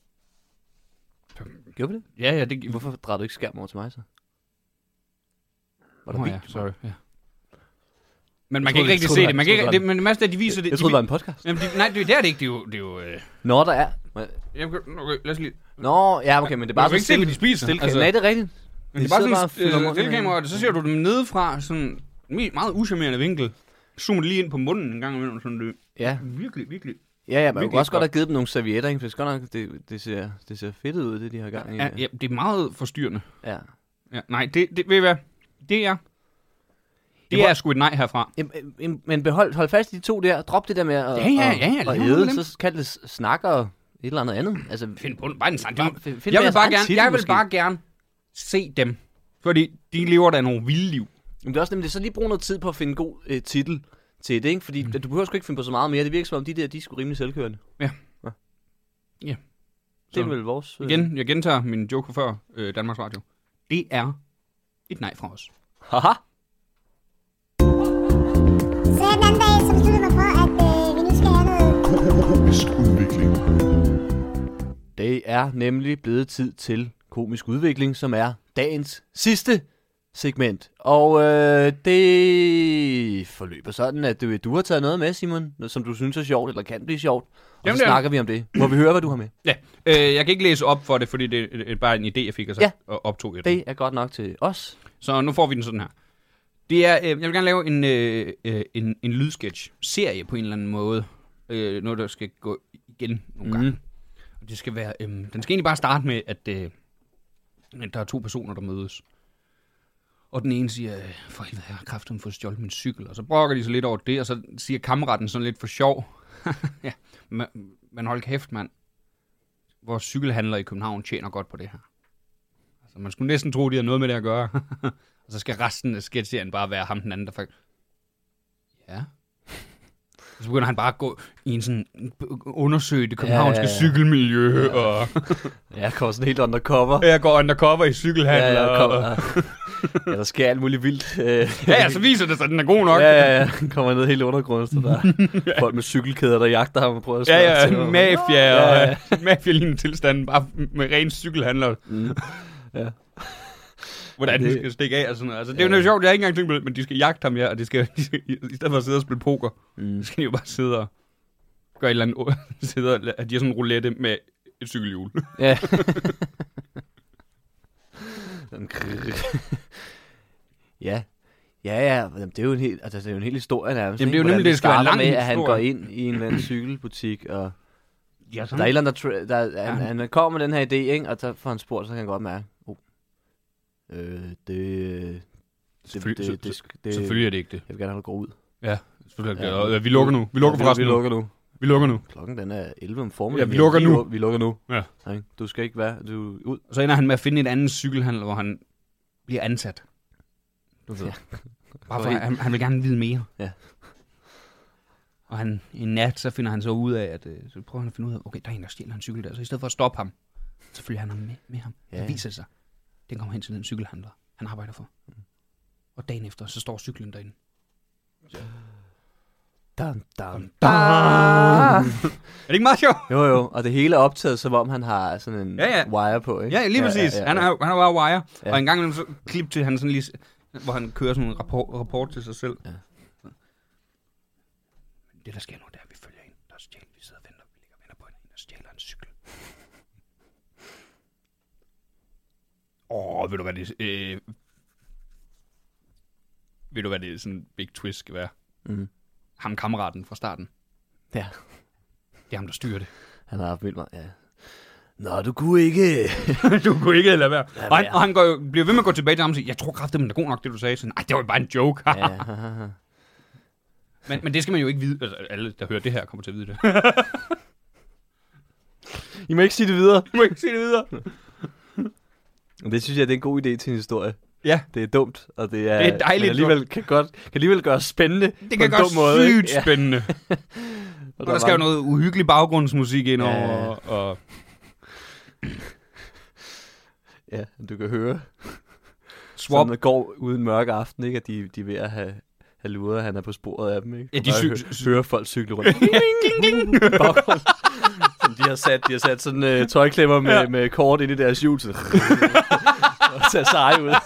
Gjorde vi det? Ja, ja, det... Hvorfor drejer du ikke skærm over til mig så? Var der Nå, bil? ja, sorry, ja. Men man troede, kan ikke rigtig troede, se det det. var- Man kan jeg ikke, troede, det, men det meste af, de viser det. Jeg de troede, det var vi- en podcast. Jamen, de, nej, det, det er det ikke. Det er jo... Det er jo øh, Nå, der er... jeg, kan- okay, lad os lige... Nå, ja, okay, men det er bare Man kan ikke se, stille- hvad de spiser. stille- Altså- Nej, det er rigtigt. Men det De er bare sidder sådan og fylder et munden øh, stillekamera, og så ser du dem nedefra, sådan en meget uschammerende vinkel. Zoomer lige ind på munden en gang imellem, sådan det. Ja, Virkelig, virkelig. ja, ja, man kunne Virkelig også godt godt. have givet dem nogle servietter, ikke? For det, skal nok, det, det, ser, det ser fedt ud, det de har gang i. Ja, ja, det er meget forstyrrende. ja. Ja, nej, det, det ved I hvad? Det er... Det Jeg må- er sgu et nej herfra. Jamen, jamen, Men behold hold fast i de to der. Drop det der med at Ja, ja, ja, ja, og, lad og mig æde. med dem. Så kald det s- snakker et eller andet andet. Altså, Find på bare en sang. Bare Det- find- find Jeg vil jeres bare egen gerne, titel, jeg vil måske. bare gerne se dem. Fordi de lever da nogle vilde liv. men det er også nemlig, så lige bruge noget tid på at finde en god øh, titel til det, ikke? Fordi mm. du behøver sgu ikke finde på så meget mere. Det virker som om, de der, de er sgu rimelig selvkørende. Ja. Ja. Ja. Det er Så- vel vores... Øh... Igen, jeg gentager min joke før øh, Danmarks Radio. Det er et nej fra os. Haha. Så den anden dag, så besluttede jeg mig for, at øh, vi nu skal have noget Det er nemlig blevet tid til komisk udvikling, som er dagens sidste segment. Og øh, det forløber sådan, at du, du har taget noget med, Simon, som du synes er sjovt, eller kan blive sjovt. Og Jamen, så det er- snakker vi om det. Må vi høre, hvad du har med? Ja, øh, jeg kan ikke læse op for det, fordi det er bare en idé, jeg fik, og så Ja. og optog jeg den. Det er godt nok til os. Så nu får vi den sådan her. Det er, øh, jeg vil gerne lave en, øh, øh, en, en lydsketch-serie på en eller anden måde. Øh, noget, der skal gå igen nogle gange. Mm. Og det skal være, øh, den skal egentlig bare starte med, at, øh, at der er to personer, der mødes. Og den ene siger, øh, for helvede, jeg har kraften fået stjålet min cykel. Og så brokker de så lidt over det, og så siger kammeraten sådan lidt for sjov. Ja, men, men hold kæft, mand. Vores cykelhandler i København tjener godt på det her. Altså, man skulle næsten tro, de har noget med det at gøre. Og så skal resten af sketchserien bare være ham den anden, der faktisk... Ja. Og så begynder han bare at gå i en sådan... undersøge det københavnske Ja, ja, ja. cykelmiljø, ja. Og... Ja, jeg kommer sådan helt undercover. jeg går undercover i cykelhandler. Ja, ja, og... kommer, ja, der sker alt muligt vildt. Øh, ja, ja, så viser det sig, at den er god nok. Ja, ja, ja. Kommer ned helt undergrunden, så der er folk med cykelkæder, der jagter ham og prøver at slå Ja, ham til ja, ham. mafia Ja, ja. og mafia-lignende tilstanden, bare med ren cykelhandler. Mm. Ja. Hvordan Det- de skal stikke af og sådan noget. Altså, det er jo Ja. noget sjovt, jeg har ikke engang tænkt på det, men de skal jagte ham, ja, og de skal, de skal, i stedet for at sidde og spille poker, Mm. så skal de jo bare sidde og gøre et eller andet, sidde og, at de har sådan en roulette med et cykelhjul. Ja. Sådan krrr. Ja. Ja, ja, jamen, det er jo en hel, altså, det er jo en hel historie nærmest. Jamen, det er jo ikke? nemlig, Hvordan det skal være en starter lang med, at han historie. går ind i en eller anden cykelbutik, og Ja, der er et eller andet, der, tra- der han, Ja. han kommer med den her idé, ikke? Og så får han spurgt, så kan han godt mærke, oh, øh, det, det, Selvfølgelig, det, det, så- det, det, Selvfølgelig er det ikke det. jeg vil gerne have, at du går ud. Ja, selvfølgelig. Ja. Ja, vi lukker nu. Vi lukker Ja, forresten vi nu. lukker nu. Vi lukker nu. Klokken den er elleve om formiddagen. Ja, vi lukker lige nu. nu. Vi lukker nu. Ja. Okay. Du skal ikke være, du er ud. Og så ender han med at finde et andet cykelhandler, hvor han bliver ansat. Du ved. Ja. Bare for, han, han vil gerne vide mere. Ja. Og han, en nat, så finder han så ud af, at øh, så prøver han at finde ud af, okay, der er en, der stjæler en cykel der. Så i stedet for at stoppe ham, så følger han ham med, med ham. Ja, Ja. ja. Det viser sig. Den kommer hen til den cykelhandler, han arbejder for. Og dagen efter, så står cyklen derinde. Dun, dun, Er det ikke meget sjovt? Jo, jo, og det hele er optaget, som om han har sådan en Ja, ja. wire på, ikke? Ja, lige præcis. Ja, ja, ja. Han, er, han er bare wire. Ja. Ja. Og en gang imellem så klip til, han sådan lige, hvor han kører sådan en rapport, rapport til sig selv. Ja. Men det, der sker nu, det er, at vi følger en, der stjæler. Vi sidder og venter, vi ligger og venter på en, der stjæler en cykel. Åh, oh, ved du hvad det øh, ved du hvad det sådan big twist skal være? Mm. Ham kammeraten fra starten. Ja, Det er ham, der styrer det. han har haft vildt meget, ja. Nå, du kunne ikke... Du kunne ikke lade være. Lad Og han, være. og han går jo, bliver ved med at gå tilbage til ham og sige, jeg tror kraftigt, men det er god nok, det du sagde. Så, nej, det var jo bare en joke. ja, men, men det skal man jo ikke vide. Altså, alle, der hører det her, kommer til at vide det. I må ikke sige det videre. Du må ikke sige det videre. Og det synes jeg, det er en god idé til en historie. Ja, Det er dumt, og det er, Det er dejligt men alligevel kan, godt, kan alligevel gøre spændende det på kan en gøre dum måde. sygt ikke? Ja. spændende. Og Og der skal jo var- noget uhyggelig baggrundsmusik ind Ja, over. ja, ja. Og, og Ja, du kan høre, swap. som det går uden mørk aften, ikke? At de, de er ved at have, have luret, at han er på sporet af dem, ikke? Ja, Og de bare cy- hø- hører folk cykle rundt. Baggrund. Som de har sat, de har sat sådan uh, tøjklemmer med, Ja. ja. med kort ind i deres hjul, så og ser seje ud.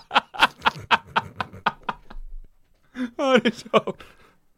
Åh, det er sjovt.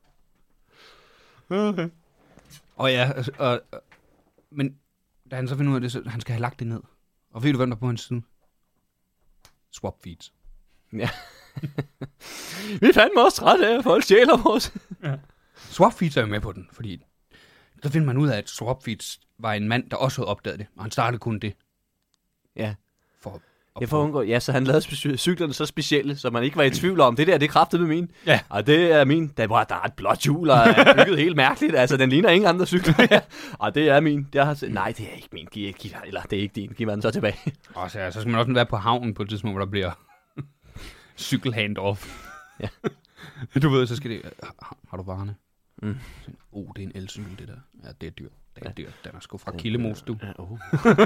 Okay. Og ja, altså, og, og, men da han så finder ud af det, så han skal have lagt det ned. Og ved du, hvem der er på hans side? Swap feeds. Ja. Vi er fandme også trætte af, at folk stjæler vores. Swap feeds er jo med på den, fordi så finder man ud af, at Swap feeds var en mand, der også havde opdaget det. Og han startede kun det. Ja. For Jeg får undgå. Ja, så han lavede speci- cyklerne så specielle, så man ikke var i tvivl om, det der, det er kraftet med min. Ja. Og det er min. Der, var, der er et blåt hjul, og er bygget helt mærkeligt. Altså, den ligner ingen andre cykler. Og det er min. Jeg har set, nej, det er ikke min. Giv, giv, eller det er ikke din. Giv mig den så tilbage. Og så, ja, så skal man også være på havnen på et tidspunkt, hvor der bliver cykel handoff. Ja. Du ved, så skal det... Har, har du varerne? Mm. Åh, oh, det er en elcykel, det der. Ja, det er dyrt. Det er Ja. dyrt. Den er sgu fra Kildemos, du. Ja, oh.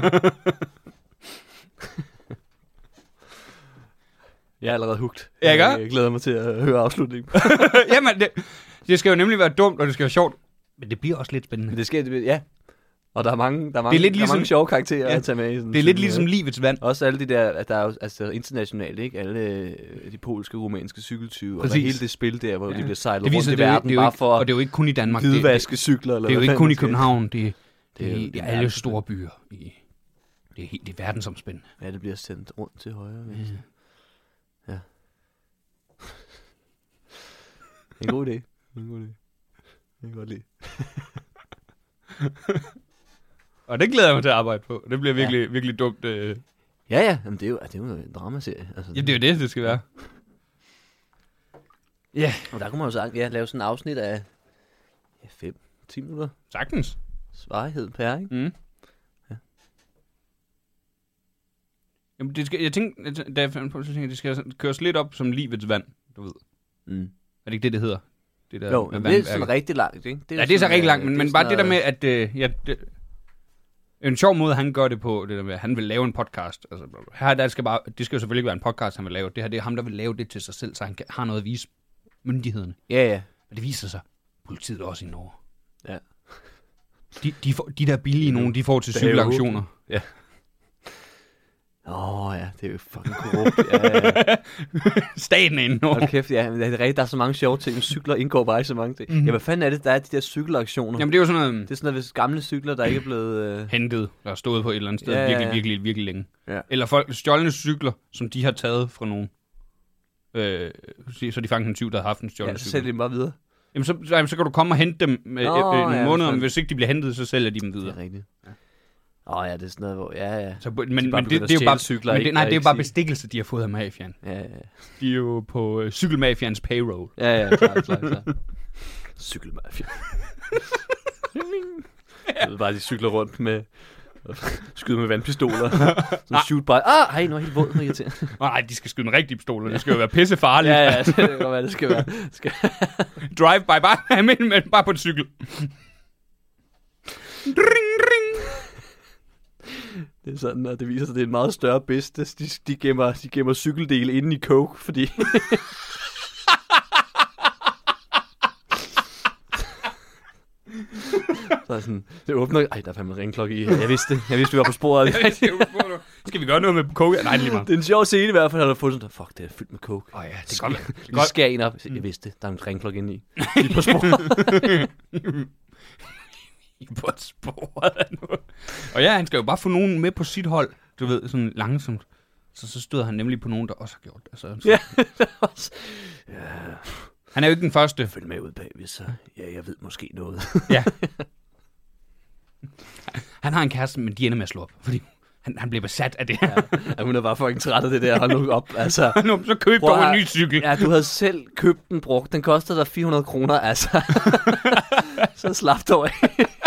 Jeg er allerede hugt. Ja, ikke? Jeg glæder mig til at høre afslutningen. Jamen, det, det skal jo nemlig være dumt, og det skal være sjovt. Men det bliver også lidt spændende. Men det skal, ja. Og der er mange, der er mange, Det er lidt der er ligesom- mange sjove karakterer Ja, at tage med. I sådan Det er lidt film, ligesom ikke? livets vand. Også alle de der, at der er jo altså internationalt, ikke? Alle øh, de polske, rumænske cykeltyve, og der Præcis. hele det spil der, hvor Ja. de bliver sejlet Det rundt viser, i det er jo, verden, det er jo bare ikke, for og det er jo ikke kun i Danmark. Det, det, hvidvaske cykler. Eller det er jo hvad ikke fanden kun i man skal. København. Det, det, Det er jo- det, det det er er alle verden- store byer. I, det er helt det er verdensomspændende. Ja, det bliver sendt rundt til højre og venstre. Ja. En god idé. En god idé. Det kan godt lide. Og det glæder jeg mig til at arbejde på. Det bliver virkelig, ja. virkelig dumt. Øh. Ja, ja. Jamen, det er jo, det er jo en dramaserie. Altså, Ja, det er jo det, det skal være. Ja, Og der kunne man jo sagt, ja, lave sådan en afsnit af ja, fem ti minutter sagtens. svarighed per, ikke? Mm. Ja. Jamen, det skal, jeg tænkte, jeg tænkte- da jeg fandt på, så tænkte jeg, det skal sådan køres lidt op som livets vand, du ved. Mm. Er det ikke det, det hedder? Det der Jo, med men det er vandværket? sådan rigtig langt, ikke? Ja, det er så rigtig langt, men, øh, men bare sådan det der med, noget- at øh, ja, det, en sjov måde, han gør det på, det der med, at han vil lave en podcast. Altså, her, der skal bare, det skal jo selvfølgelig ikke være en podcast, han vil lave. Det her, det er ham, der vil lave det til sig selv, så han kan, har noget at vise myndighederne. Ja, ja. Og det viser sig, politiet også i Norge. Ja. De, de, får, de der billige nogen, de får til Det er jo cykelauktioner. Åh, oh, ja, det er jo fucking korrupt. Ja, ja, ja. Staten er i Norge. Hold kæft, ja, men det er rigtigt, der er så mange sjove ting. Cykler indgår bare i så mange ting. Mm-hmm. Ja, hvad fanden er det, der er de der cykelaktioner? Jamen, det er jo sådan noget Det er sådan noget, hvis gamle cykler, der ikke er blevet... Øh... hentet, der er stået på et eller andet sted Ja, ja, ja. virkelig, virkelig, virkelig længe. Ja. Eller folk stjålne cykler, som de har taget fra nogen. Øh, så de fangede en tyv, der havde haft en stjålne Ja, så cykel. sælger de dem bare videre. Jamen, så, så, så kan du komme og hente dem med Nå, øh, nogle ja, måneder, hvis men man- hvis ikke de bliver hentet, så sælger de dem Det videre. er rigtigt. Åh oh, ja, det er sådan noget, hvor... Ja, ja. Så, men De men bare det, begynder det, er at jo bare, stjæle cykler, men ikke? det, nej, Og det er jo ikke bare sige- bestikkelse, de har fået af mafiaen. Ja, ja, De er jo på øh, cykelmafians payroll. ja, ja, klart, klart, klart. Cykelmafia. Jeg ved bare, de cykler rundt med... Skyder med vandpistoler. Sådan shoot by. Ah, hej, nu er jeg helt våd. Nu er jeg irriterende. Oh, nej, de skal skyde med rigtige pistoler. Det skal jo være pissefarligt. Ja, ja, det kan godt være, det skal være. Det skal... Drive-by, bare, men, men bare på en cykel. Ring, ring. Det er sådan, at det viser sig, at det er en meget større business. De, de, gemmer, de gemmer cykeldele inde i coke, fordi... Så er sådan, det åbner... Ej, der er fandme en ringklokke i. Jeg vidste det. Jeg vidste, vi var på sporet. Skal vi gøre noget med coke? Nej, det er lige meget. Det er en sjov scene i hvert fald, at der fået sådan, fuck, det er fyldt med coke. Åh oh, ja, det Det er er godt. godt. Vi skærer en op. Jeg vidste det. Der er en ringklokke inde i. Vi er på sporet. På sporet af noget. Og ja, han skal jo bare få nogen med på sit hold. Du ved, sådan langsomt. Så, så støder han nemlig på nogen, der også har gjort det. Så, så. Ja, det er også... Ja, Han er jo ikke den første. følg med ud bagved, så ja, jeg ved måske noget. Ja. Han har en kæreste, men de ender med at slå op. Fordi han, han bliver besat af det her. Ja, hun er bare fucking træt af det der. Hold nu op, altså. Nu, så køb Prøv dog at- en ny cykel. Ja, du havde selv købt den brugt. Den kostede dig fire hundrede kroner, altså. Så slap dog af.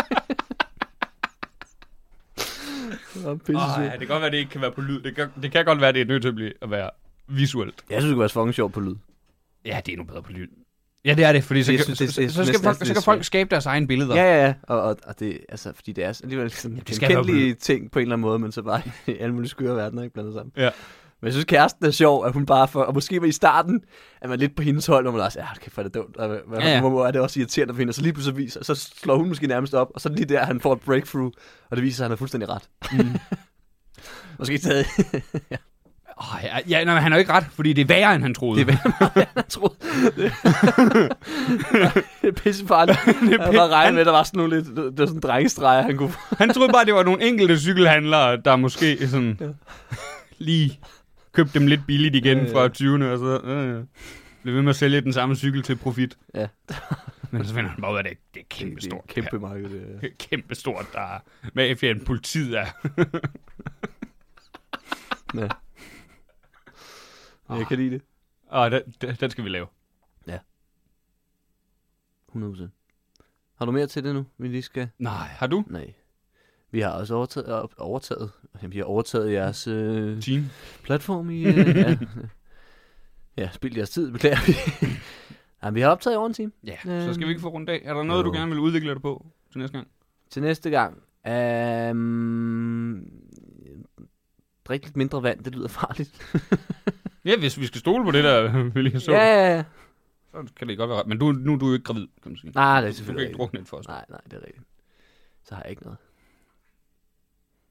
Oh, ja, det kan godt være, det ikke kan være på lyd. Det kan, det kan godt være, det er nødt til at, blive, at være visuelt. Jeg synes, det kunne være fucking sjovt på lyd. Ja, det er nu bedre på lyd. Ja, det er det, fordi så, Det kan, synes- så, det- så, det- så, skal næsten folk, altid så kan lidt folk svært. skabe deres egne billeder. Ja, ja, ja. Og, og, og det, altså, fordi det er alligevel sådan det skal være på genkendelige ting på en eller anden måde, men så bare i alle mulige skøre verdener, ikke blandet sammen. Ja. Men jeg synes, kæresten er sjov, at hun bare for, og måske var i starten, at man lidt på hendes hold, hvor man også, ja, det kan få det dumt, og hvad, Ja, ja. hvor er det også irriterende for hende, og så lige pludselig viser, så slår hun måske nærmest op, og så lige der, han får et breakthrough, og det viser sig, at han er fuldstændig ret. Mm. Måske stadig. Oh, ja, ja nej, men han er jo ikke ret, fordi det er værre, end han troede. Det er hvad jeg troede. Det er pissefarligt. Jeg havde bare regnet med, at der var sådan nogle lidt, det var sådan en drengestreger, han kunne få. Han troede bare, det var nogle enkelte cykelhandlere, der måske sådan Ja. lige købte dem lidt billigt igen Ja, ja. fra tyverne, og så øh, blev ved med at sælge den samme cykel til profit. Ja. Men så finder han bare ud af, at det, det er kæmpe Det er stort. et kæmpe marked. Det er. Det er kæmpe stort, der er mafiaen, politiet er. Ja. Jeg kan lide det. Og den, den, den skal vi lave. hundrede procent. Har du mere til det nu, vi lige skal? Nej, har du? Nej. Vi har også overtaget, op- overtaget, jamen, vi har overtaget jeres øh, Team? platform i... Øh, ja, ja, spil jeres tid, beklager vi. Jamen, vi har optaget i over en time. Ja, så skal vi ikke få rundt af. Er der noget, jo. du gerne vil udvikle dig på til næste gang? Til næste gang. Um, drik lidt mindre vand, det lyder farligt. Ja, hvis vi skal stole på det der, vi lige så, Ja, ja, ja. så kan det godt være ret. Men du, nu er du jo ikke gravid, kan man sige. Nej, det er Du kan selvfølgelig ikke ikke. drukne et for os. Nej, nej, det er rigtigt. Så har jeg ikke noget.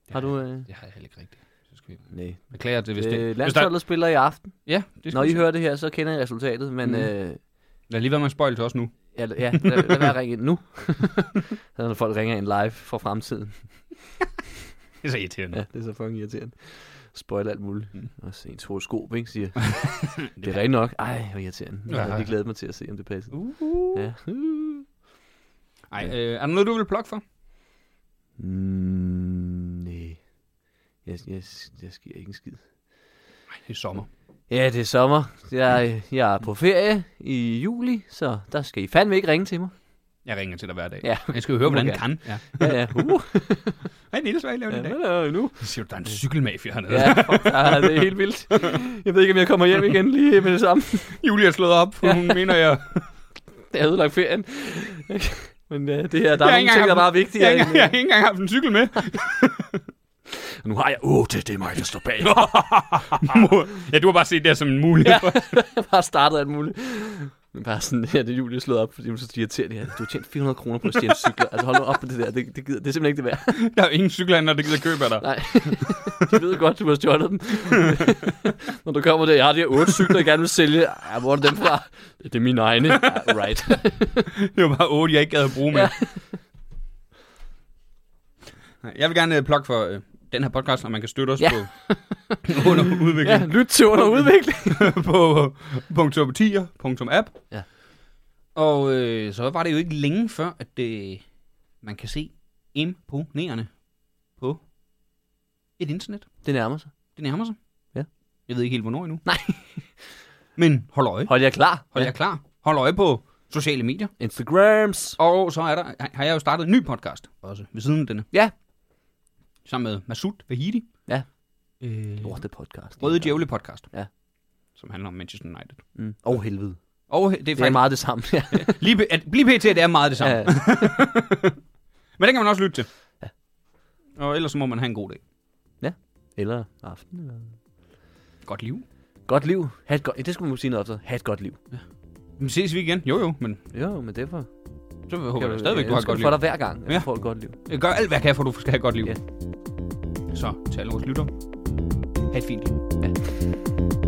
Har du... Øh... Det har jeg heller ikke rigtigt. Så skal vi... Nej. Beklager det, hvis det... Øh, Hvis landsholdet der... spiller i aften. Ja, det skal Når vi I se. hører det her, så kender I resultatet, men... Mhm. Øh... Lad lige være med at spoil til os nu. Ja, ja lad, lad være at ringe ind nu. Når folk ringer ind live fra fremtiden. Det er så irriterende. Ja, det er så fucking irriterende. Spoiler alt muligt. Mm. Også ens horoskop, ikke, siger. Det er rigtigt nok. Ej, hvor irriterende. Jeg har Ja. lige glædet mig til at se, om det passer. Uh. Ja. Uh. Ej, øh, er der noget, du vil plukke for? Mm, nej. Jeg, jeg, jeg sker ikke en skid. Nej, det er sommer. Ja, det er sommer. Jeg, jeg er på ferie i juli, så der skal I fandme ikke ringe til mig. Jeg ringer til dig hver dag. Ja. Jeg skal jo høre, hvordan må det kan. Ja. Ja, ja. Uh. Hej Niels, hvad har I lavet Ja, i dag? hvad laver I nu? Så siger du, der er en cykelmafia hernede. Ja, fuck, ja, det er helt vildt. Jeg ved ikke, om jeg kommer hjem igen lige med det samme. Julie er slået op, for hun mener, jeg... Jeg har ødelagt ferien. Men uh, det her, der Jeg er har ikke nogle ting, der er engang bare haft- vigtigere. Jeg, har ikke- end, jeg har ikke engang haft en cykel med. uh, Nu har jeg otte, det er mig, der står bag. Ja, du har bare set det som en mulighed. Ja. For. Jeg har bare startet alt muligt. Men bare sådan, ja, det er Julie slået op, fordi hun så irriterende. Ja, du har tjent fire hundrede kroner på at stjæle cykler. Altså hold nu op med det der, det, det, gider, det er simpelthen ikke det værd. Der er jo ingen cykelhandler, der gider købe af dig. Nej, de ved godt, du har stjålet dem. Når du kommer der, jeg har de her otte cykler, jeg gerne vil sælge. Ja, hvor er dem fra? Det er mine egne. Ja, right. Det var bare otte, jeg ikke gad at bruge med. Ja. Jeg vil gerne uh, plukke for uh, den her podcast, og man kan støtte os Ja. på under udvikling. Ja, lyt til under udvikling. på punktum tier punktum app. Ja. Og øh, så var det jo ikke længe før, at det, man kan se imponerende på et internet. Det nærmer sig. Det nærmer sig. Ja. Jeg ved ikke helt, hvornår endnu. Nej. Men hold øje. Hold jer klar. Hold jer klar. Hold øje på sociale medier. Instagrams. Og så er der, har jeg jo startet en ny podcast også, ved siden af denne. Ja. Sammen med Masoud Vahidi. Ja. Øh, Lorte podcast. Røde Djævle podcast. Ja. Som handler om Manchester United. Mm. Og helvede. Og det er, Det er faktisk, meget det samme. Ja. lige, p- at, lige pt. Det er meget det samme. Ja. Men det kan man også lytte til. Ja. Og ellers så må man have en god dag. Eller aften. Eller... Godt liv. Godt liv. Ha' et godt... Det skulle man sige noget op, så. Ha' et godt liv. Men ses vi igen? Jo jo, men Jo, men det er for... så håber jeg stadigvæk, du har et godt for liv. dig hver gang, at Ja. du får et godt liv. Jeg gør alt, hvad jeg kan, for at du skal have et godt liv. Ja. Så til alle vores lytter. Ha' et fint liv. Ja.